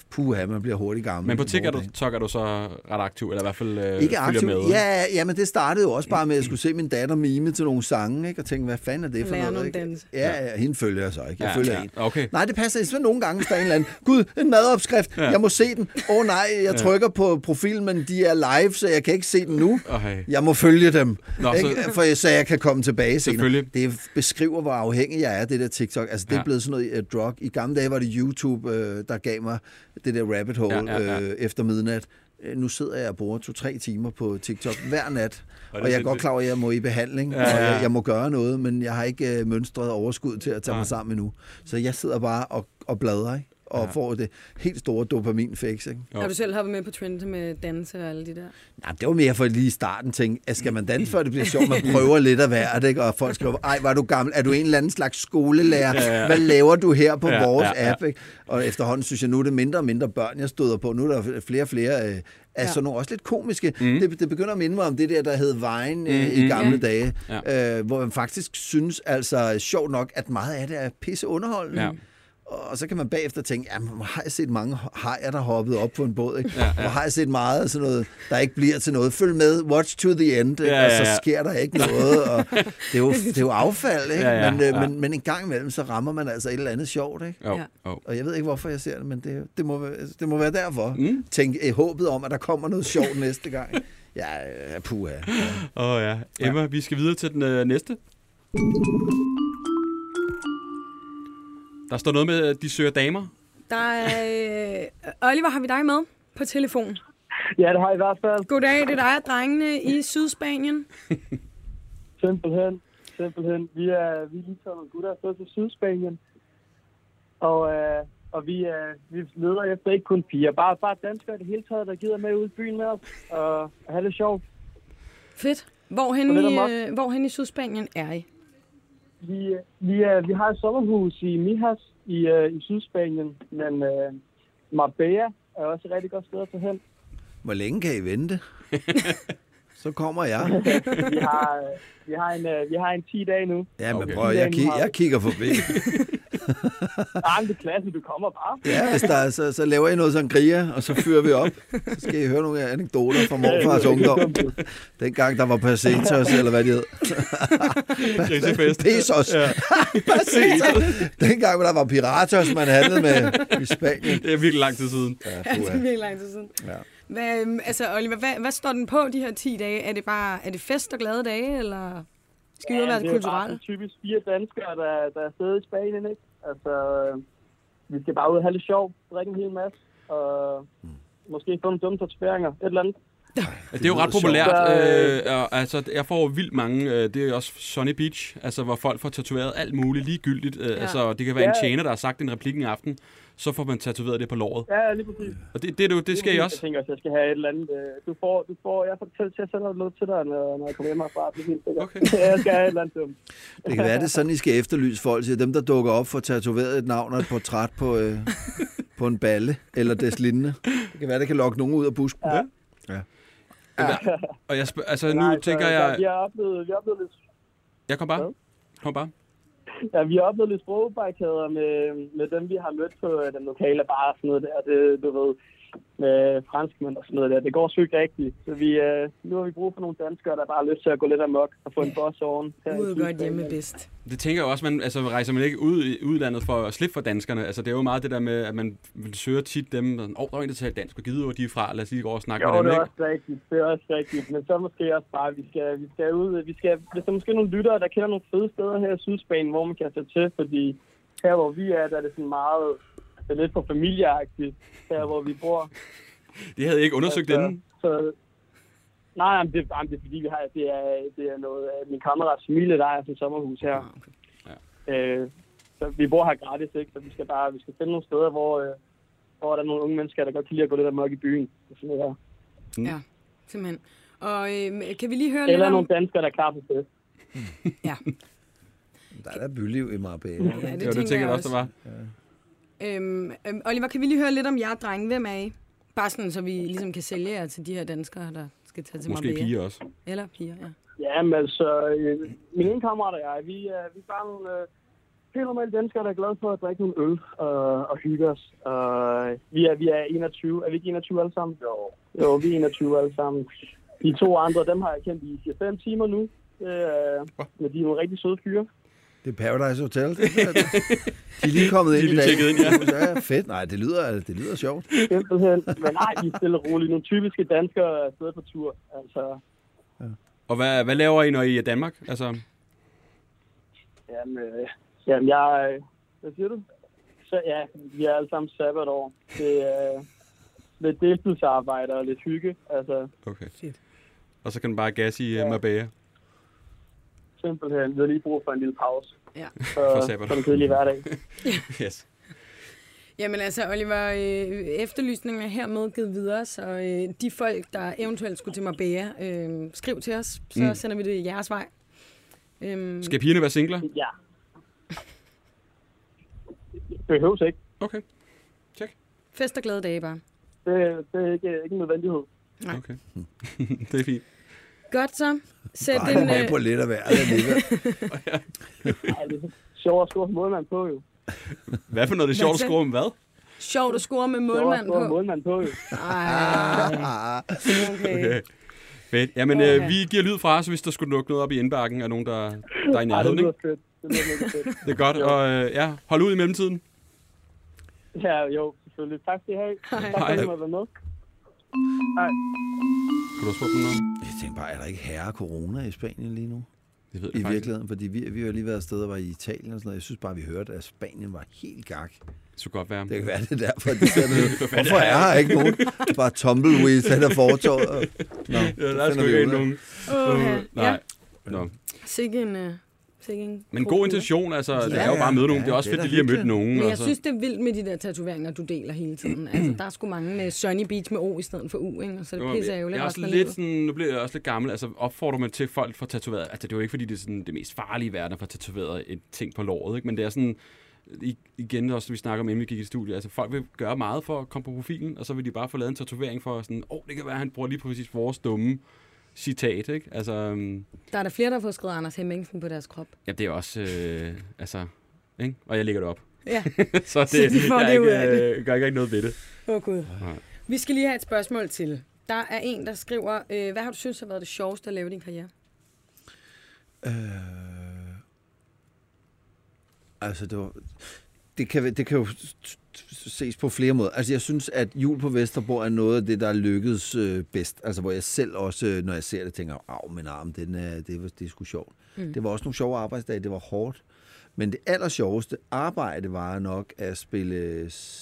puha, man bliver hurtigt gammel. Men på TikTok er du så ret aktiv, eller i hvert fald øh, ikke aktiv. Med? Ja, ja, men det startede jo også bare med, at jeg skulle se min datter mime til nogle sange, ikke? Og tænke, hvad fanden er det for Lære noget? Ikke? Ja, ja, hende følger jeg så ikke. Jeg ja, følger ja, en. Okay. Nej, det passer ikke. Nogle gange, hvis der er en eller anden, gud, en madopskrift, ja. Jeg må se den. Åh oh, nej, jeg trykker på profilen, men de er live, så jeg kan ikke se den nu. Okay. Jeg må følge dem, Nå, ikke? Så... for så jeg kan komme tilbage senere. Det beskriver, hvor afhængig jeg er af det der TikTok. Altså, det er ja. blevet sådan noget uh, drug. I gamle dage var det YouTube, uh, der gav mig det der rabbit hole ja, ja, ja. Uh, efter midnat. Uh, nu sidder jeg og bruger to-tre timer på TikTok hver nat, og, og jeg er godt klar over, at jeg må i behandling, ja, ja. og jeg, jeg må gøre noget, men jeg har ikke uh, mønstret overskud til at tage ja. mig sammen endnu. Så jeg sidder bare og, og bladrer, ikke? Og ja. får det helt store dopamin-fix, ikke? Har du selv hoppet med på trenden med danse og alle de der? Nej, det var mere for lige i starten tænke, at skal man danse, før det bliver sjovt? Man prøver lidt af hvert, ikke? Og folk skriver, ej, var du gammel? Er du en eller anden slags skolelærer? Ja, ja. Hvad laver du her på ja, vores ja, ja. app? Ikke? Og efterhånden synes jeg, nu er det mindre og mindre børn, jeg støder på. Nu er der flere og flere øh, af ja. sådan nogle også lidt komiske. Mm. Det, det begynder at minde mig om det der, der hed Vine øh, mm. i gamle ja. dage, ja. øh, hvor man faktisk synes, altså sjovt nok, at meget af det er pisse underholdende. Ja. Og så kan man bagefter tænke, jamen, har jeg set mange hajer, der hoppet op på en båd, ikke? Ja, ja. Og har jeg set meget af sådan noget, der ikke bliver til noget. Følg med, watch to the end, ja, ja, ja. Og så sker der ikke noget. Og det, er jo, det er jo affald, ikke? Ja, ja, men, ja. Men, men en gang imellem, så rammer man altså et eller andet sjovt, ikke? Jo, jo. Og jeg ved ikke, hvorfor jeg ser det, men det, det, må, det må være derfor. Mm. Tænk eh, håbet om, at der kommer noget sjovt næste gang. Ja, puha. Åh ja. Oh, ja. Emma, ja. vi skal videre til den øh, næste. Der står noget med, at de søger damer. Der er... Øh, Oliver, har vi dig med på telefon? Ja, det har jeg i hvert fald. Goddag, det er dig og drengene i Sydspanien. Simpelthen. Simpelthen. Vi er, vi er lige taget nogle gutter afsted til Sydspanien. Og, øh, og vi, øh, vi leder efter ikke kun piger. Bare, bare danskere i det hele taget, der gider med ud i byen med os. Og, og have det sjovt. Fedt. Hvorhen i, øh, hvorhen i Sydspanien er I? Vi, vi, er, vi har et sommerhus i Mijas i, uh, i Sydspanien, men uh, Marbella er også et rigtig godt sted at tage hen. Hvor længe kan I vente? Så kommer jeg. vi, har, vi, har en, uh, vi har en ti dage nu. Ja, men okay. prøv, jeg, ki- jeg kigger forbi. Nej, det er klasse, du kommer bare. Ja, hvis der er, så, så laver I noget sangria, og så fyrer vi op. Så skal I høre nogle anekdoter fra morfars ungdom. Dengang der var pesetas, eller hvad det hed. Pesos. Ja. Pesos. Dengang der var piratos, man handlede med i Spanien. Det er virkelig lang tid siden. Ja, ja det er virkelig lang tid siden. Ja. Hvad, altså, Oliver, hvad, hvad står den på de her ti dage? Er det bare er det fest og glade dage, eller skal vi ja, være kulturelle? Det er bare typisk fire danskere, der, der er stedet i Spanien, ikke? Altså, vi skal bare ud og have lidt sjov, drikke en hel masse, og mm. måske få nogle dumme tatoveringer, et eller andet. Det, det er jo ret populært. Øh, og, altså, jeg får vildt mange, øh, det er også Sunny Beach, altså, hvor folk får tatoveret alt muligt ligegyldigt. Øh, ja. Altså, det kan være ja. en tjener, der har sagt en replik i aften, så får man tatoveret det på låret. Ja, lige præcis. Og det, det, det, det skal I også? Jeg tænker også, jeg skal have et eller andet. Du får, du får, jeg får til, til at sende noget til dig, når, når jeg kommer hjem herfra. Det er helt sikkert. Okay. Jeg skal have et eller andet dumt. Det kan være, det sådan, I skal efterlyse folk. Så dem, der dukker op, får tatoveret et navn og et portræt på, øh, på en balle, eller des lignende. Det kan være, det kan lokke nogen ud af busken. Ja. Ja. Ja. Og jeg sp- altså, nu Nej, tænker så, jeg... Vi har oplevet, vi har oplevet lidt... Jeg kom bare. Kom bare. Ja, vi har oplevet lidt sprogbarrikader med, med dem, vi har mødt på den lokale bar og sådan noget der. Det, du ved, med franskmænd og sådan noget der. Det går sgu ikke rigtigt. Så vi, øh, nu har vi brug for nogle danskere, der bare har lyst til at gå lidt amok og få en boss oven. Ud godt hjemme bedst. Det tænker jeg også, man altså, rejser man ikke ud i udlandet for at slippe for danskerne. Altså, det er jo meget det der med, at man søger tit dem, åh, oh, der er en, der taler dansk, og gider hvor de er fra, lad os lige gå og snakke jo, med dem, det er ikke? også rigtigt, det er også rigtigt. Men så måske også bare, vi skal, vi skal ud, vi skal, hvis der er måske nogle lyttere, der kender nogle fede steder her i Sydspanien, hvor man kan tage til, fordi her, hvor vi er, der er det sådan meget, det er lidt for familieagtigt, her, hvor vi bor. Det havde jeg ikke undersøgt altså, inden. Så, nej, det, det er fordi, vi har, det er, det er noget af min kammerats familie, der er sådan et sommerhus her. Ah, okay. Ja. Øh, så vi bor her gratis, ikke? Så vi skal bare vi skal finde nogle steder, hvor, øh, hvor der er nogle unge mennesker, der godt kan lide at gå lidt amok i byen. Og sådan noget her. Mm. Ja, simpelthen. Og øh, kan vi lige høre Eller lidt om... nogle danskere, der er klar på fest. Ja. Der er der byliv i Marbella. Ja, det, det, det tænker jeg også, der var. Ja. Øhm, øhm, Oliver, kan vi lige høre lidt om jer drenge? Hvem er I? Bare sådan, så vi ligesom kan sælge jer til de her danskere, der skal tage til Marbella. Måske piger også. Eller piger, ja. Ja, men altså, øh, mine ene kammerater og jeg, vi er, vi er bare nogle øh, helt normale danskere, der er glade for at drikke nogle øl og, og hygge os. Og vi er, vi er enogtyve. Er vi ikke enogtyve alle sammen? Jo, jo vi er enogtyve alle sammen. De to andre, dem har jeg kendt i fire fem timer nu. Øh, men de er nogle rigtig søde fyre. Det er Paradise Hotel. Det er, de er lige kommet ind i dag. Ind, ja. Ja, fedt. Nej, det lyder, det lyder sjovt. Simpelthen. Men nej, de er stille og roligt. Nogle typiske danskere er stedet på tur. Altså. Ja. Og hvad, hvad laver I, når I er i Danmark? Altså... Jamen, øh, jamen, jeg... Hvad siger du? Så, ja, vi er alle sammen sabbatår. Det er øh, lidt deltidsarbejde og lidt hygge. Altså. Okay. Og så kan man bare gasse i ja. Marbella. Simpelthen. Vi har lige brug for en lille pause. Ja. For sabbatår. For den kedelige hverdag. Yes. Jamen altså, Oliver, øh, efterlysningen er hermed givet videre, så øh, de folk, der eventuelt skulle til Marbella, øh, skriv til os, så mm. sender vi det i jeres vej. Øhm, Skal pigerne være singler? Ja. Behøves ikke. Okay. Check. Fest og glade dage bare. Det, det er ikke, ikke en nødvendighed. Nej. Okay. Det er fint. Godt så. Sæt Ej, en... Ej, på lidt af hver. Ja, det er sjovt at score målmand på, jo. Hvad for noget? Det er sjovt at score med hvad? Sjovt at score med målmand på. Sjovt at score med målmand på, jo. Ej. Okay. Okay. Fedt. Jamen, okay. øh, vi giver lyd fra os, hvis der skulle lukke noget op i indbakken af nogen, der, der er i nærheden, ikke? Det lyder fedt. Det er godt, og øh, ja, hold ud i mellemtiden. Ja, jo, selvfølgelig. Tak skal I have. Hej. Tak for, at I måtte være med. Hej. Kan du spørge på noget? Jeg tænker bare, er der ikke herre corona i Spanien lige nu? Det ved I jeg virkeligheden, fordi vi, vi har lige været afsted og var i Italien og sådan noget. Jeg synes bare, vi hørte, at Spanien var helt gak. Det skulle godt være. Det kan være, det er derfor, de ser det. Hvorfor er her ikke nogen? Bare tumbleweed, den der fortået. Nå, ja, der er sgu ikke nogen. Uh, uh, nej. Ja. Nå. Sikke en... Uh... Men god intention, altså, ja, det er jo bare at møde nogen. Ja, det er også fedt, at de lige har mødt nogen. Men jeg altså. synes, det er vildt med de der tatoveringer, du deler hele tiden. Altså, der er sgu mange med Sunny Beach med O i stedet for U, ikke? Og så er det pisse ærgerligt. Jeg er også lidt sådan, nu bliver jeg også lidt gammel, altså opfordrer man til folk for tatoveret. Altså, det er jo ikke, fordi det er sådan det mest farlige i verden at få tatoveret et ting på låret, ikke? Men det er sådan, igen også, vi snakker om, inden vi gik i studiet, altså folk vil gøre meget for at komme på profilen, og så vil de bare få lavet en tatovering for sådan, åh, oh, det kan være, at han bruger lige præcis vores dumme citat, ikke? Altså, um... Der er der flere, der har fået skrevet Anders Hemmingsen på deres krop. Ja, det er også, øh, altså, ikke? Og jeg lægger det op. Ja. Så det, så de får jeg det ud af ikke, det. Øh, gør ikke noget ved det. Åh, oh, Gud. Vi skal lige have et spørgsmål til. Der er en, der skriver, øh, hvad har du synes har været det sjoveste at lave i din karriere? Øh... Altså, det var... Det kan, det kan jo ses på flere måder. Altså, jeg synes, at Jul på Vesterbro er noget af det, der er lykkedes øh, bedst. Altså, hvor jeg selv også, når jeg ser det, tænker, af, min arm, den er, det, var, det er sgu sjovt. Mm. Det var også nogle sjove arbejdsdage, det var hårdt. Men det aller sjoveste arbejde var nok at spille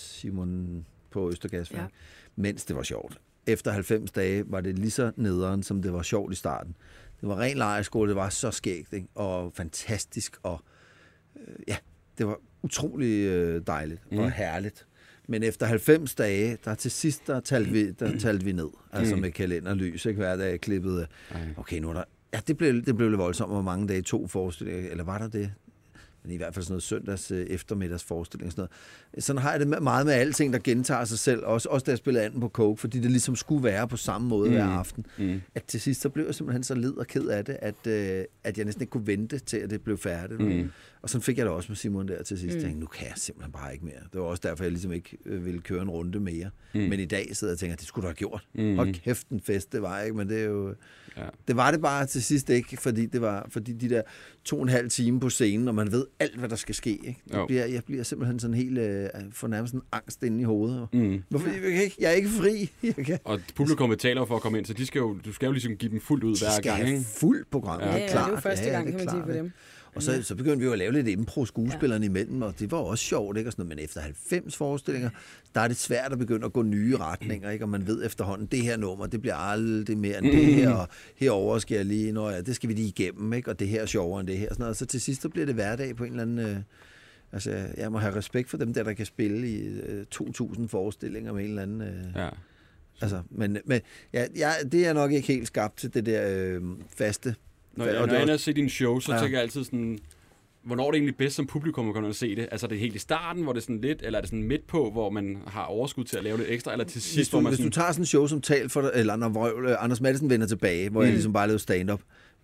Simon på Østergasværk, ja. Mens det var sjovt. Efter halvfems dage var det lige så nederen, som det var sjovt i starten. Det var ren lejerskole, det var så skægt, ikke? Og fantastisk, og øh, ja, det var utrolig øh, dejligt mm. og herligt. Men efter halvfems dage, der til sidst, der talte vi, der talte vi ned. Altså mm. med kalenderlys, ikke? Hver dag klippet. Okay, nu er der... Ja, det blev, det blev lidt voldsomt, hvor mange dage to forestillinger, eller var der det? Men i hvert fald sådan noget søndags øh, eftermiddags forestilling. Sådan noget. Sådan har jeg det med, meget med alting, der gentager sig selv. Også, også da jeg spillede anden på Coke, fordi det ligesom skulle være på samme måde mm. hver aften. Mm. At til sidst, så blev jeg simpelthen så led og ked af det, at, øh, at jeg næsten ikke kunne vente til, at det blev færdigt. Mm. Og sådan fik jeg det også med Simon der til sidst. Mm. Jeg tænkte, nu kan jeg simpelthen bare ikke mere. Det var også derfor, jeg ligesom ikke øh, ville køre en runde mere. Mm. Men i dag sidder jeg og tænker, det skulle du have gjort. Mm. Og kæft en fest, det var ikke, men det er jo... Ja. Det var det bare til sidst ikke, fordi det var fordi de der to og en halv time på scenen, og man ved alt, hvad der skal ske. Ikke? Det bliver, jeg bliver simpelthen sådan helt øh, fornærmest en angst inde i hovedet. Mm. Hvorfor? Jeg, kan ikke, jeg er ikke fri. Jeg kan. Og publikum betaler for at komme ind, så de skal jo, du skal jo ligesom give dem fuldt ud hver gang. De skal have fuldt program. Ja, ja, klart. Det er jo første ja, gang, kan man sige for dem. Og så, så begyndte vi jo at lave lidt impro-skuespillerne ja. imellem, og det var også sjovt, ikke? Og sådan noget. Men efter halvfems forestillinger, der er det svært at begynde at gå nye retninger, ikke? Og man ved efterhånden, det her nummer, det bliver aldrig mere end det her, og herover skal jeg lige, når jeg, det skal vi lige igennem, ikke? Og det her er sjovere end det her. Sådan noget. Og så til sidst, så bliver det hverdag på en eller anden... Øh, altså, jeg må have respekt for dem der, der kan spille i øh, to tusind forestillinger med en eller anden... Øh, ja. Altså, men, men ja, ja, det er nok ikke helt skabt til det der øh, faste. Når jeg, når jeg ender og ser dine show, så ja. tænker jeg altid sådan, hvornår er det egentlig bedst som publikum at kunne se det? Altså er det helt i starten, hvor det er sådan lidt, eller er det sådan midt på, hvor man har overskud til at lave lidt ekstra, eller til sidst, hvis du, hvor man hvis sådan... du tager sådan en show som tal for, eller når Anders Madsen vender tilbage, hvor mm. jeg ligesom bare lavede stand-up,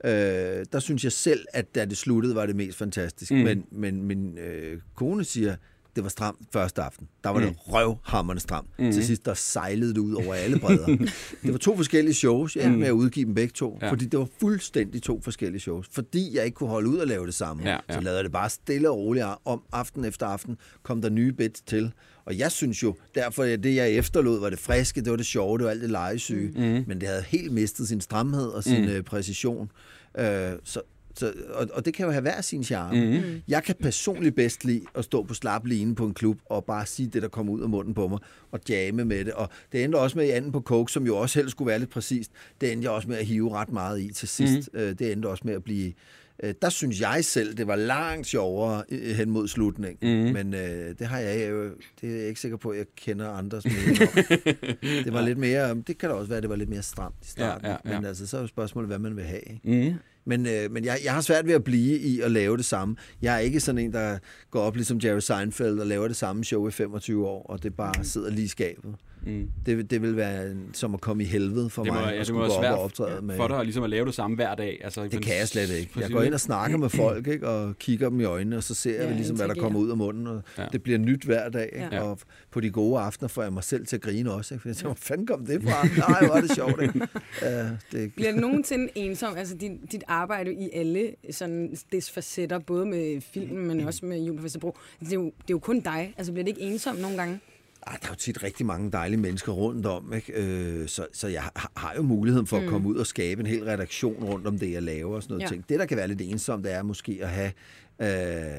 Øh, der synes jeg selv, at da det sluttede, var det mest fantastisk. Mm. Men, men min øh, kone siger, det var stramt første aften. Der var mm. det røvhamrende stramt. Mm. Til sidst, der sejlede det ud over alle bredder. Det var to forskellige shows. Jeg endte med at udgive dem begge to. Ja. Fordi det var fuldstændig to forskellige shows. Fordi jeg ikke kunne holde ud at lave det samme. Ja, ja. Så lavede jeg det bare stille og roligt om aften efter aften. Kom der nye bits til. Og jeg synes jo, derfor det jeg efterlod, var det friske, det var det sjove, det var alt det legesyge. Mm. Men det havde helt mistet sin stramhed og sin mm. øh, præcision. Øh, så Så, og, og det kan jo have hver sin charme. Mm. Jeg kan personligt bedst lide at stå på slap line på en klub og bare sige det, der kommer ud af munden på mig, og jamme med det. Og det endte også med i anden på coke, som jo også helst skulle være lidt præcist. Det endte jeg også med at hive ret meget i til sidst. Mm. Det endte også med at blive... Der synes jeg selv, det var langt sjovere hen mod slutningen. Mm. Men øh, det har jeg jo... Det er jeg ikke sikker på, at jeg kender andres mening om. Det var lidt mere... Det kan da også være, at det var lidt mere stramt i starten. Ja, ja, ja. Men altså, så er jo spørgsmålet, hvad man vil have. Mm. Men, øh, men jeg, jeg har svært ved at blive i at lave det samme. Jeg er ikke sådan en, der går op ligesom Jerry Seinfeld og laver det samme show i femogtyve år, og det bare sidder lige i skabet. Mm. Det, det vil være som at komme i helvede for det må, mig, ja, at skulle gå op og optræde med... For dig ligesom at lave det samme hver dag. Altså, det kan jeg slet ikke. Jeg går ind og snakker med folk, ikke, og kigger dem i øjnene, og så ser jeg ja, ligesom, hvad der kommer ud af munden. Og ja. Det bliver nyt hver dag. Ikke? Ja. Og på de gode aftener får jeg mig selv til at grine også. Ikke? For jeg tænker, hvor fanden kom det fra? Nej, hvor er det sjovt. Ikke? Uh, det... Bliver det nogensinde ensom? Altså dit, dit arbejde i alle sådan des facetter, både med filmen, men også med Jul på Vesterbro. Det er, jo, det er jo kun dig. Altså bliver det ikke ensom nogle gange? Ah, der er jo tit rigtig mange dejlige mennesker rundt om, ikke? Øh, så, så jeg har jo muligheden for mm. at komme ud og skabe en hel redaktion rundt om det, jeg laver og sådan noget ja. ting. Det, der kan være lidt ensomt, det er måske at have øh,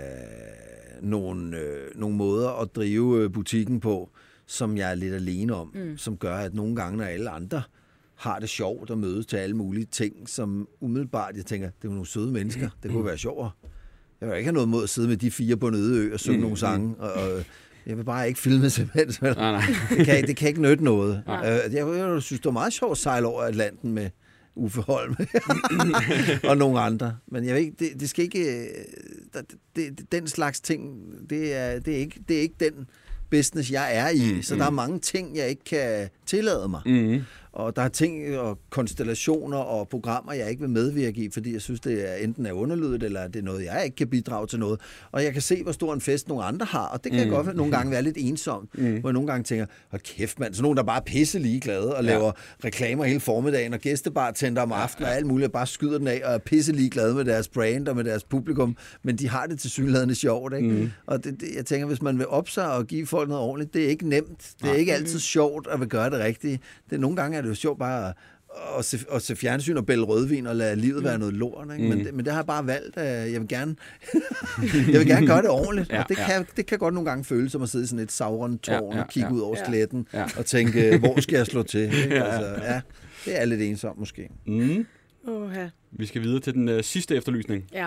nogle, øh, nogle måder at drive butikken på, som jeg er lidt alene om, mm. som gør, at nogle gange, når alle andre har det sjovt at mødes til alle mulige ting, som umiddelbart, jeg tænker, det er jo nogle søde mennesker, det kunne være sjovere. Jeg vil ikke have noget mod at sidde med de fire på en øde ø og synge mm. nogle sange, og, og jeg vil bare ikke filme simpelthen. Nej, nej. Det, kan, det kan ikke nytte noget. Uh, jeg, jeg synes, det var meget sjovt at sejle over Atlanten med Uffe Holm og nogle andre. Men jeg ved ikke, det, det skal ikke... Det, det, den slags ting, det er, det, er ikke, det er ikke den business, jeg er i. Mm, så der er mange ting, jeg ikke kan tillade mig. Mm. Og der er ting og konstellationer og programmer, jeg ikke vil medvirke i, fordi jeg synes, det er enten er underlydet, eller det er noget, jeg ikke kan bidrage til noget. Og jeg kan se, hvor stor en fest nogle andre har, og det kan mm. godt nogle gange være lidt ensomt, mm. hvor jeg nogle gange tænker, hold kæft mand, så nogen, der bare er pisse ligeglade og ja. laver reklamer hele formiddagen, og gæstebartender om aftenen og alt muligt, og bare skyder den af og er pisse ligeglade med deres brand og med deres publikum, men de har det tilsyneladende sjovt, ikke? Mm. Og det, det, jeg tænker, hvis man vil op sig og give folk noget ordentligt, det er ikke nemt. Det er ikke altid sjovt at vil gøre det rigtigt. Det, nogle gange er det jo sjovt bare at se, at se fjernsyn og bælge rødvin og lade livet være noget lort, ikke? Men, det, men det har jeg bare valgt, at jeg vil gerne jeg vil gerne gøre det ordentligt. Ja, og det, ja. kan, det kan godt nogle gange føles som at sidde i sådan et Sauron-tårn ja, ja, og kigge ja, ud over sletten ja. og tænke, hvor skal jeg slå til? Ikke? Ja, altså, ja, det er lidt ensomt måske. Mm. Uh-huh. Vi skal videre til den uh, sidste efterlysning. Ja.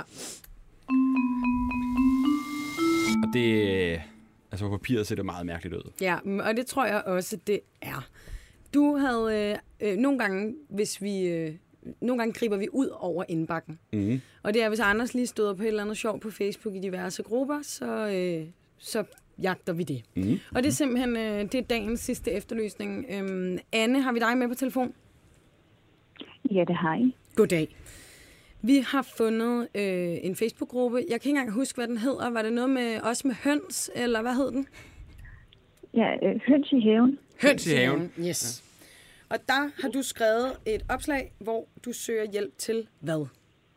Og det... Altså på papiret ser det meget mærkeligt ud. Ja, og det tror jeg også, det er. Du havde øh, nogle gange, hvis vi... Øh, nogle gange griber vi ud over indbakken. Mm. Og det er, hvis Anders lige støder på et eller andet sjov på Facebook i diverse grupper, så, øh, så jagter vi det. Mm. Og det er simpelthen øh, det er dagens sidste efterlysning. Øhm, Anne, har vi dig med på telefon? Ja, det har I. Goddag. Vi har fundet øh, en Facebook-gruppe. Jeg kan ikke engang huske, hvad den hedder. Var det noget med os med høns, eller hvad hed den? Ja, øh, høns i haven. Høns i haven, yes. Ja. Og der har du skrevet et opslag, hvor du søger hjælp til hvad?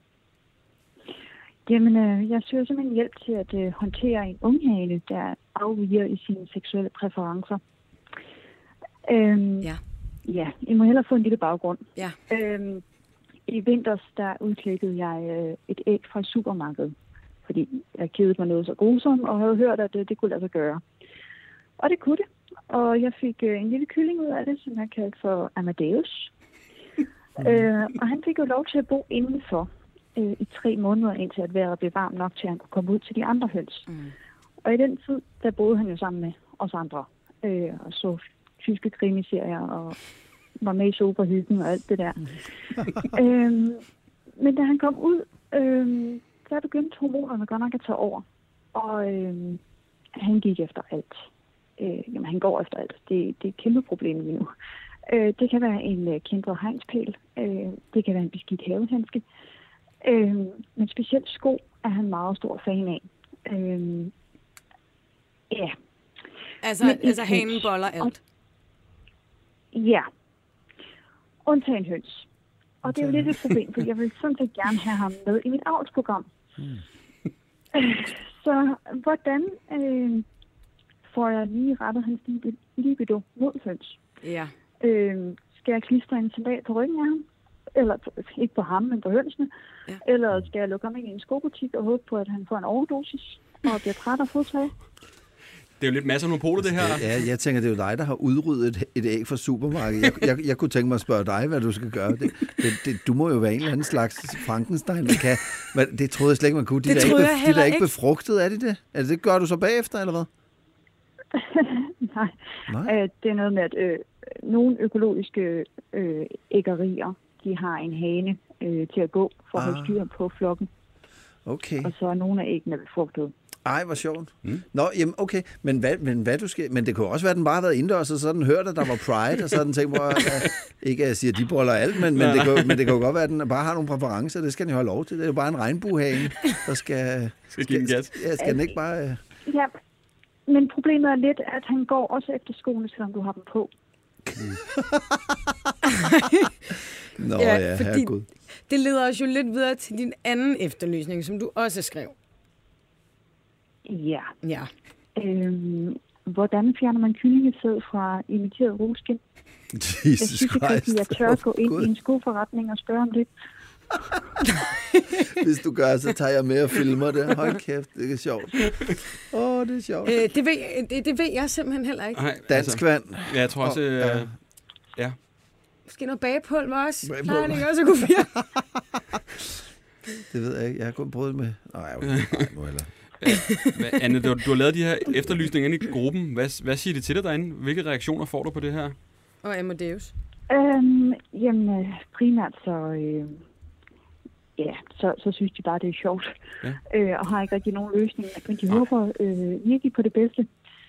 Jamen, øh, jeg søger simpelthen hjælp til at øh, håndtere en unghane, der afviger i sine seksuelle præferencer. Øhm, ja. Ja, I må hellere få en lille baggrund. Ja. Øhm, I vinters, der udklikkede jeg øh, et æg fra supermarkedet, fordi jeg kedede mig noget så grusomt, og havde hørt, at det, det kunne lade sig gøre. Og det kunne det. Og jeg fik øh, en lille kylling ud af det, som jeg kaldte for Amadeus. Mm. Øh, og han fik jo lov til at bo indenfor øh, i tre måneder, indtil at vejret blev varmt nok til, at han kunne komme ud til de andre høns. Mm. Og i den tid, der boede han jo sammen med os andre, øh, og så tyske krimiserier, og var med i Superhyggen og alt det der. Mm. øhm, men da han kom ud, øh, der begyndte hormonerne godt nok at tage over. Og øh, han gik efter alt. Øh, jamen, han går efter alt. Det, det er et kæmpe problem lige nu. Øh, det kan være en uh, kæmpe hegnspæl. Øh, det kan være en beskidt havehandske. Øh, men specielt sko er han meget stor fan af. Øh, ja. Altså, altså hanen boller alt? Og, ja. Undtagen høns. Og det er jo lidt et problem, for jeg vil sådan set gerne have ham med i mit avlsprogram. Hmm. Så hvordan øh, får jeg lige rettet hans libido mod høns? Ja. Øh, skal jeg klistre en sandat på ryggen af ham? Eller ikke på ham, men på hønsene? Ja. Eller skal jeg lukke ham ind i en skobutik og håbe på, at han får en overdosis og bliver træt af fodtræ? Det er jo lidt masser af monopolet, det her. Ja, jeg tænker, det er jo dig, der har udryddet et, et æg fra supermarkedet. Jeg, jeg, jeg kunne tænke mig at spørge dig, hvad du skal gøre. Det, det, det, du må jo være en eller anden slags Frankenstein, der kan. Men det troede jeg slet ikke, man kunne. De, det der, ikke, de der ikke ikke befrugtet, er de det? Altså, det gør du så bagefter, eller hvad? Nej. Nej. Øh, det er noget med, at øh, nogle økologiske øh, æggerier, de har en hane øh, til at gå for ah. at styre på flokken. Okay. Og så er nogle af æggene befrugtet. Ej, hvor sjovt. Mm. Nå, jamen okay, men hvad, men hvad du skal... Men det kunne også være, at den bare har været indendørs, og så den hørt, at der var Pride, og så den tænkt, hvor... Ikke at jeg siger, at de boller alt, men, men, det kunne, men det kan jo godt være, at den bare har nogle præferencer, det skal den jo have lov til. Det er jo bare en regnbuehane, der skal... Skal give den gas. Ja, skal den ikke bare... Uh... Ja, men problemet er lidt, at han går også efter skoene, selvom du har dem på. Nå ja, ja herregud. Det leder os jo lidt videre til din anden efterlysning, som du også skrev. Ja. ja. Øhm, hvordan fjerner man kyllingesæd fra imiteret roskin? Jesus jeg synes ikke, Christ. Jeg tør gå ind God. i en skoforretning og spørge om det. Hvis du gør, så tager jeg med og filmer det. Hold kæft, det er sjovt. Åh, oh, det er sjovt. Øh, det, ved, det, det ved jeg simpelthen heller ikke. Nej, dansk altså, vand. Ja, jeg tror også... Øh, ja. ja. Måske noget bagepulver også. Bagepulver. Nej, det også kunne virke. Det ved jeg ikke. Jeg har kun prøvet med... Nej, okay. Nej, nu heller. Hvad, Anne, du, du har lavet de her efterlysninger inde i gruppen. Hvad, hvad siger de til dig derinde? Hvilke reaktioner får du på det her? Og Amadeus? Øhm, jamen, primært så... Øh, ja, så, så synes de bare, det er sjovt. Ja. Øh, og har ikke rigtig nogen løsning. Men de Nej. håber øh, virkelig på det bedste.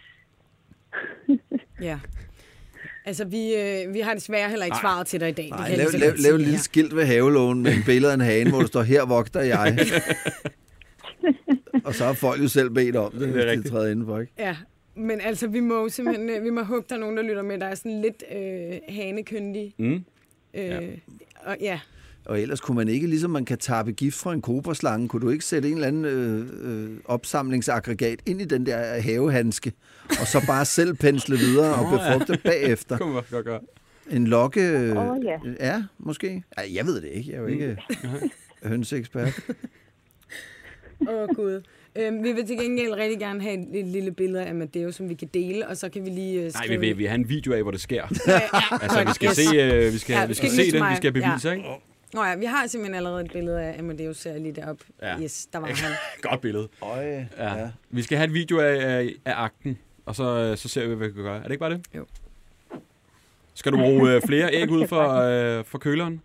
Ja. Altså, vi, øh, vi har desværre heller ikke Nej. svaret til dig i dag. Nej, lav, lav, lav et lille skilt ved havelågen med et billede af en hane, hvor der står, her vogter jeg. Og så har folk jo selv bedt om det, det hvis de træder indenfor, ikke? Ja, men altså, vi må simpelthen, vi må hugge, der nogen, der lytter med, der er sådan lidt øh, hanekyndig. Mm. Øh, ja. Og ja. Og ellers kunne man ikke, ligesom man kan tappe gift fra en kobraslange, kunne du ikke sætte en eller anden øh, øh, opsamlingsaggregat ind i den der havehandske, og så bare selv pensle videre og befrugte oh, ja. bagefter? Kunne man godt gøre. En lokke... Øh, oh, ja. ja, måske. Ej, jeg ved det ikke. Jeg er jo ikke mm. hønseekspert. Åh, oh, Gud. Øhm, vi vil til gengæld rigtig gerne have et, et lille billede af Amadeus, som vi kan dele, og så kan vi lige uh, skrive... Nej, vi vil vi have en video af, hvor det sker. ja, ja. Altså, vi skal yes. se, uh, vi skal, ja, vi skal, skal se det, vi skal bevise, ja. ikke? Nå ja, vi har simpelthen allerede et billede af Amadeus lige deroppe. Ja. Yes, der var han. Godt billede. Øj, ja. Ja. Vi skal have en video af, af, af akten, og så, så ser vi, hvad vi kan gøre. Er det ikke bare det? Jo. Skal du bruge uh, flere æg ud for, uh, for køleren?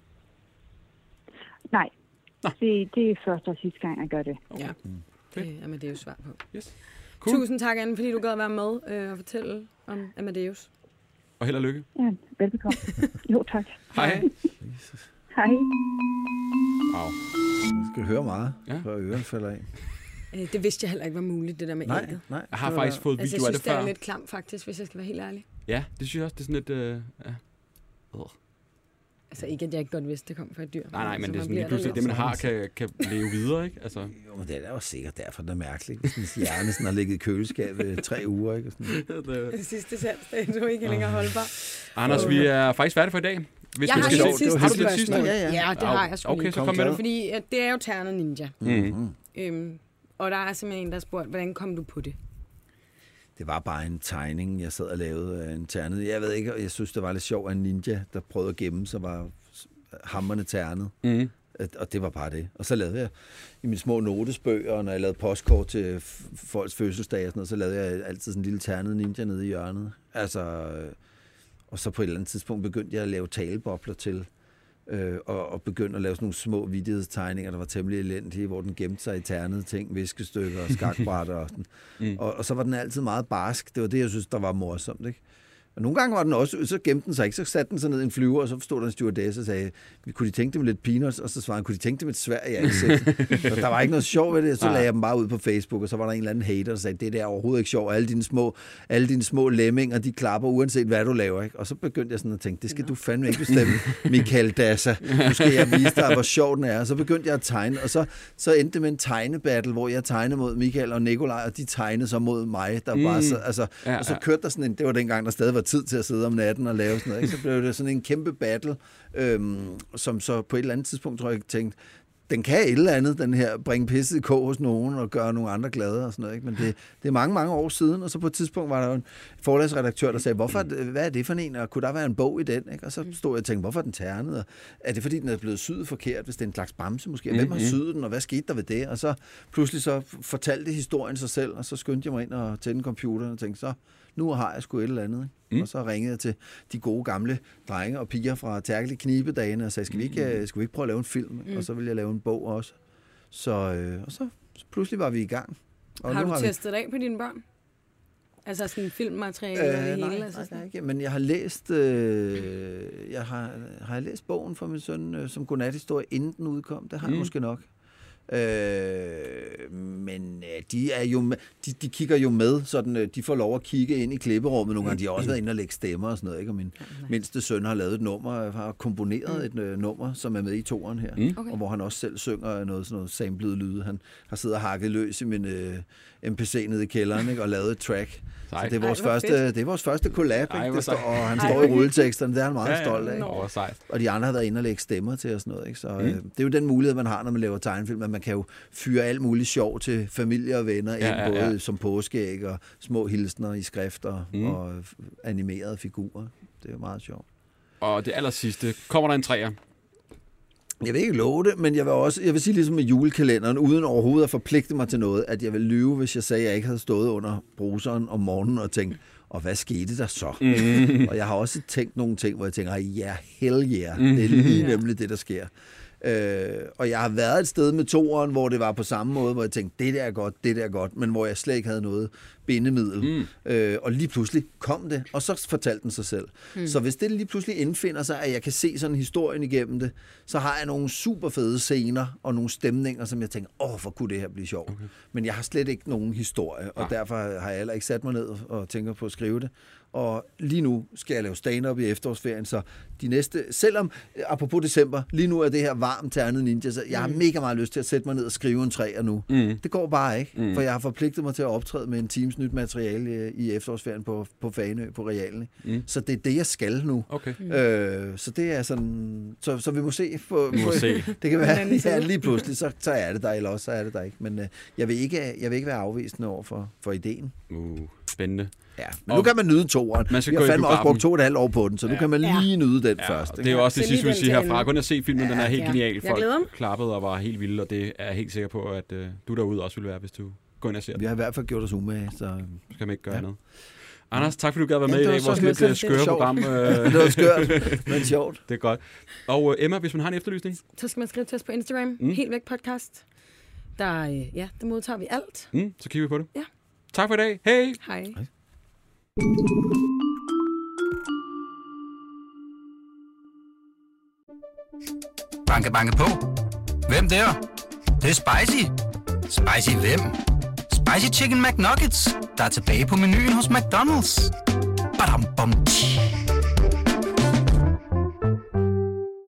Nej. Det, det er første og sidste gang, jeg gør det. Okay. Ja, det er Amadeus svar på. Yes. Cool. Tusind tak, Anne, fordi du gad at være med øh, og fortælle om Amadeus. Og held og lykke. Ja, velbekomme. Jo, tak. Hej. Hej. Wow. Du skal høre meget, ja. før ørerne falder af. Øh, det vidste jeg heller ikke var muligt, det der med nej, ægget. Nej, jeg har faktisk fået altså, video af det før. Jeg synes, det er lidt klamt, faktisk, hvis jeg skal være helt ærlig. Ja, det synes jeg også. Det er sådan lidt... Øh, ja. Uh. Altså ikke, at jeg ikke godt vidste, det kom fra et dyr. Nej, nej, men det er sådan lige pludselig, det, det man har, kan, kan leve videre, ikke? Altså. Jo, men det er jo sikkert derfor, det er mærkeligt. Hvis ens hjerne sådan har ligget i køleskabet tre uger, ikke? Sådan. Det sidste salgsdag, du ikke længere holdbar. Anders, vi er faktisk færdige for i dag. Hvis jeg vi har skal et sidste har du det sidste? Ja, ja. ja, det har jeg sgu okay, så kom med det. Fordi det er jo Ternet Ninja. Mm-hmm. Øhm, og der er simpelthen en, der har spurgt, hvordan kom du på det? Det var bare en tegning, jeg sad og lavede af en ternet. Jeg ved ikke, jeg synes, det var lidt sjovt, at en ninja, der prøvede at gemme sig, var hammerne ternet. Mm. Og det var bare det. Og så lavede jeg i mine små notesbøger, når jeg lavede postkort til folks fødselsdag og sådan noget, så lavede jeg altid sådan en lille ternet ninja nede i hjørnet. Altså, og så på et eller andet tidspunkt begyndte jeg at lave talebobler til, øh, og, og begyndte at lave sådan nogle små vittighedstegninger, der var temmelig elendige, hvor den gemte sig i ternede ting, viskestykker og skakbrætter og sådan. Mm. Og, og så var den altid meget barsk. Det var det, jeg synes, der var morsomt, ikke? Og nogle gange var den også, så gemte den sig ikke, så satte den sig ned i en flyver, og så stod der en stewardesse og sagde, kunne de tænke det med lidt peanuts? Og så svarede han, kunne de tænke det med et svær i ansigtet? Og der var ikke noget sjov ved det, så lagde jeg dem bare ud på Facebook, og så var der en eller anden hater, der sagde, det der er overhovedet ikke sjovt, alle dine små, alle dine små lemminger, de klapper uanset hvad du laver, ikke? Og så begyndte jeg sådan at tænke, det skal du fandme ikke bestemme, Michael Dassa. Nu skal jeg vise dig, hvor sjov den er. Og så begyndte jeg at tegne, og så, så endte det med en tegnebattle, hvor jeg tegnede mod Michael og Nikolaj, og de tegnede så mod mig, der mm. bare så, altså, ja, og så kørte der sådan en, det var dengang, der stadig var tid til at sidde om natten og lave sådan noget, ikke? Så blev det sådan en kæmpe battle, øhm, som så på et eller andet tidspunkt, tror jeg, tænkte, den kan et eller andet, den her, bringe pisset i kog hos nogen og gøre nogle andre glade og sådan noget, ikke? Men det, det er mange, mange år siden, og så på et tidspunkt var der jo en forlagsredaktør, der sagde, hvorfor, hvad er det for en, og kunne der være en bog i den, ikke? Og så stod jeg og tænkte, hvorfor er den ternet, og er det fordi, den er blevet syet forkert, hvis det er en slags bamse måske, og hvem har syet den, og hvad skete der ved det? Og så pludselig så fortalte historien sig selv, og så skyndte jeg mig ind og tændte computeren og tænkte, så nu har jeg sgu et eller andet, ikke? Mm. Og så ringede jeg til de gode gamle drenge og piger fra Terkel Knibedagene og sagde, skal vi ikke, skal vi ikke prøve at lave en film? Mm. Og så ville jeg lave en bog også. Så, øh, og så pludselig var vi i gang. Og har nu du har testet vi... af på dine børn? Altså sådan filmmateriale øh, og det nej, hele? Nej, altså nej, ikke. Men jeg har læst, øh, jeg har, har jeg læst bogen for min søn øh, som godnathistorie, inden den udkom. Det har mm. jeg måske nok. Øh, men øh, de er jo med, de, de kigger jo med, sådan øh, de får lov at kigge ind i klipperummet nogle gange. De har også været inde og lægge stemmer og sådan noget, ikke? Og min okay. mindste søn har lavet et nummer, har komponeret mm. et øh, nummer, som er med i toeren her, mm. okay. og hvor han også selv synger noget sådan noget samplede lyde. Han har siddet og hakket løs i min øh, M P C nede i kælderen, ikke? Og lavet et track. Så det er vores Ej, første, det er vores første collab, Ej, det står, og han Ej, står i rulleteksterne, det er han meget ja, ja, stolt af. Nå, og de andre har været inde og lægge stemmer til og sådan noget, ikke? Så øh, mm. det er jo den mulighed, man har, når man laver tegnefilm, at man kan jo fyre alt muligt sjov til familie og venner, ja, ja, ja. Både som påskeæg og små hilsner i skrifter mm. og animerede figurer. Det er jo meget sjovt. Og det aller sidste, kommer der en træer? Jeg vil ikke love det, men jeg vil også, jeg vil sige ligesom med julekalenderen, uden overhovedet at forpligte mig til noget, at jeg vil lyve, hvis jeg sagde, at jeg ikke havde stået under bruseren om morgenen og tænkt, og hvad skete der så? Mm. Og jeg har også tænkt nogle ting, hvor jeg tænker, ja, hell yeah, mm. det er lige nemlig det, der sker. Øh, og jeg har været et sted med toeren, hvor det var på samme måde, hvor jeg tænkte, det der er godt, det der er godt, men hvor jeg slet ikke havde noget bindemiddel. Mm. Øh, og lige pludselig kom det, og så fortalte den sig selv. Mm. Så hvis det lige pludselig indfinder sig, at jeg kan se sådan historien igennem det, så har jeg nogle super fede scener og nogle stemninger, som jeg tænker, åh, hvor kunne det her blive sjovt. Okay. Men jeg har slet ikke nogen historie, og ja. Derfor har jeg heller ikke sat mig ned og tænker på at skrive det. Og lige nu skal jeg lave stand-up i efterårsferien, så de næste, selvom, apropos december, lige nu er det her varmt ternet ninja, så jeg har mega meget lyst til at sætte mig ned og skrive en træer nu. Mm. Det går bare ikke, mm. for jeg har forpligtet mig til at optræde med en times nyt materiale i efterårsferien på, på Fanø, på Realen. Mm. Så det er det, jeg skal nu. Okay. Øh, så det er sådan, så, så vi må se. På, vi må på, se. Det kan være, ja, lige pludselig, så, så er det der, eller også så er det der ikke. Men øh, jeg, vil ikke jeg vil ikke være afvisende over for, for ideen. Uh, spændende. Ja, men og nu kan man nyde toeren. Man skal vi har fandme også brugt to og et halvt år på den, så ja. Nu kan man lige ja. Nyde den ja, først. Det er jo også det sidste, vi siger herfra. Kun at se filmen, ja, den er helt ja. Genial. Folk klappede og var helt vilde, og det er jeg helt sikker på, at uh, du derude også vil være, hvis du går ind og ser den. Vi har i hvert fald gjort os umage, så skal man ikke gøre ja. Noget. Anders, tak fordi du gad være med ja, i dag. Vores lidt skøre program. Det var skørt, men sjovt. Det er godt. Og uh, Emma, hvis man har en efterlysning? Så skal man skrive til os på Instagram. Mm. Helt væk podcast. Der, ja, der modtager vi alt. Mm, så kigger vi på det. Ja. Tak for i dag. Hej. Hej. Hej. Banke, banke på. Hvem der? Det, det er spicy. Spicy hvem? Spicy Chicken McNuggets, der er tilbage på menuen hos McDonald's. Badum, bom, tji.